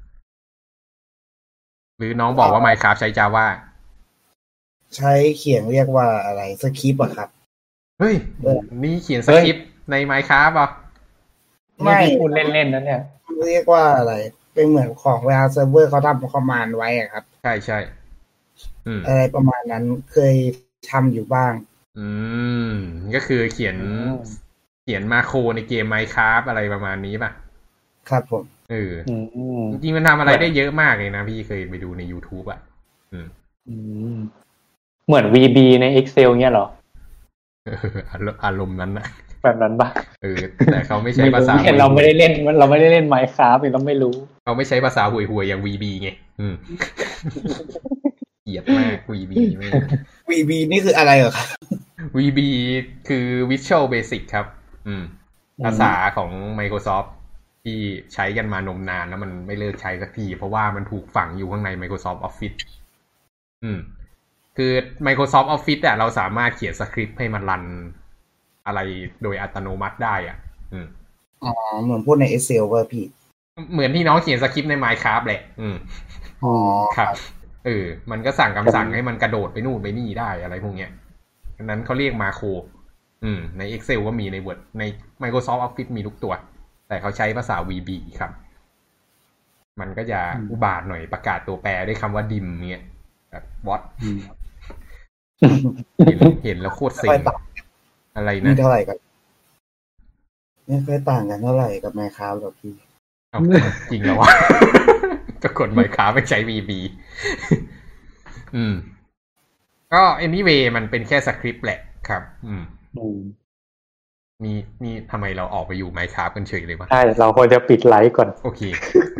หรือน้องบอกว่า Minecraft ใช้ Java ใช้เขียนเรียกว่าอะไรสคริปต์อะครับเฮ้ยนี่เขียนสคริปต์ใน Minecraft อ่ะไม่พูดเล่นๆนั่นเนี่ยเรียกว่าอะไรเป็นเหมือนของเวลาเซิร์ฟเวอร์เขาทำคอมมานด์ไว้อะครับใช่อะไรประมาณนั้นเคยทำอยู่บ้างก็คือเขียนมาโครในเกม Minecraft อะไรประมาณนี้ป่ะครับผมจริงๆมันทำอะไรได้เยอะมากเลยนะพี่เคยไปดูใน YouTube อ่ะเหมือน VB ใน Excel เงี้ยเหรออารมณ์นั้นนะแบบนั้นป่ะแต่เขาไม่ใช้ภาษาเราไม่ได้เล่น Minecraft เราไม่รู้เขาไม่ใช้ภาษาห่วยๆอย่าง VB ไงเกลียดมาก VB ไม่ VB นี่คืออะไรเหรอครับ VB คือ Visual Basic ครับภาษาของ Microsoft ที่ใช้กันมานมนานแล้วมันไม่เลิกใช้สักทีเพราะว่ามันถูกฝังอยู่ข้างใน Microsoft Office คือ Microsoft Office อ่ะเราสามารถเขียนสคริปต์ให้มันรันอะไรโดยอัตโนมัติได้อ่ะเหมือนพูดใน Excel ว่าพี่เหมือนที่น้องเขียนสคริปต์ใน Minecraft แหละครับมันก็สั่งคำสั่งให้มันกระโดดไปนู่นไปนี่ได้อะไรพวกเนี้ยฉะนั้นเขาเรียกมาโครใน Excel ก็มีใน Word ใน Microsoft Office มีทุกตัวแต่เขาใช้ภาษา VB ครับมันก็จะอุบาทหน่อยประกาศตัวแปรด้วยคำว่าดิมเงี้ยแบบ what เห็นแล้วโคตรเซ็งอะไรนะเท่าไหร่กันไม่ค่อยต่างกันเท่าไหร่กับ Minecraft หรอกพี่จริงแล้ววะก็กด Minecraft ไม่ใช้ VB ก็ anyway มันเป็นแค่สคริปต์แหละครับนี่ทำไมเราออกไปอยู่ Minecraft กันเฉยเลยวะใช่เราควรจะปิดไลฟ์ก่อนโอเค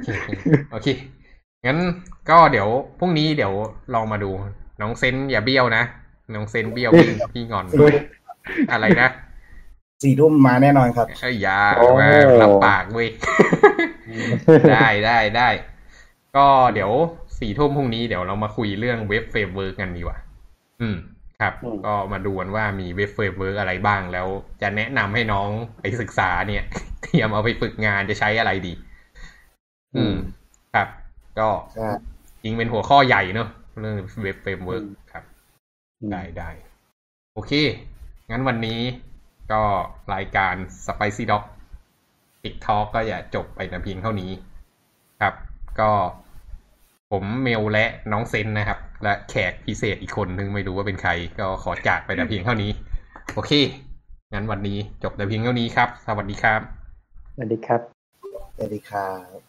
งั้นก็เดี๋ยวพรุ่งนี้เดี๋ยวลองมาดูน้องเซนอย่าเบี้ยวนะน้องเซนเบี้ยวพี่งอนอะไรนะ 4 ทุ่มมาแน่นอนครับอย่ามารับปากเว้ยได้ก็เดี๋ยว4 ทุ่มพรุ่งนี้เดี๋ยวเรามาคุยเรื่องเว็บเฟรมเวิร์กกันดีกว่าครับก็มาดูกันว่ามีเว็บเฟรมเวิร์กอะไรบ้างแล้วจะแนะนำให้น้องไปศึกษาเนี่ยเตรียมเอาไปฝึกงานจะใช้อะไรดีครับก็จริงเป็นหัวข้อใหญ่เนอะเรื่องเว็บเฟรมเวิร์กครับได้โอเคงั้นวันนี้ก็รายการ Spicy Dog TikTok ก็อย่าจบไปแต่เพียงเท่านี้ครับก็ผมเมลและน้องเซนนะครับและแขกพิเศษอีกคนนึงไม่รู้ว่าเป็นใครก็ขอจากไปแต่เพียงเท่านี้โอเคงั้นวันนี้จบแต่เพียงเท่านี้ครับสวัสดีครับสวัสดีครับสวัสดีครับ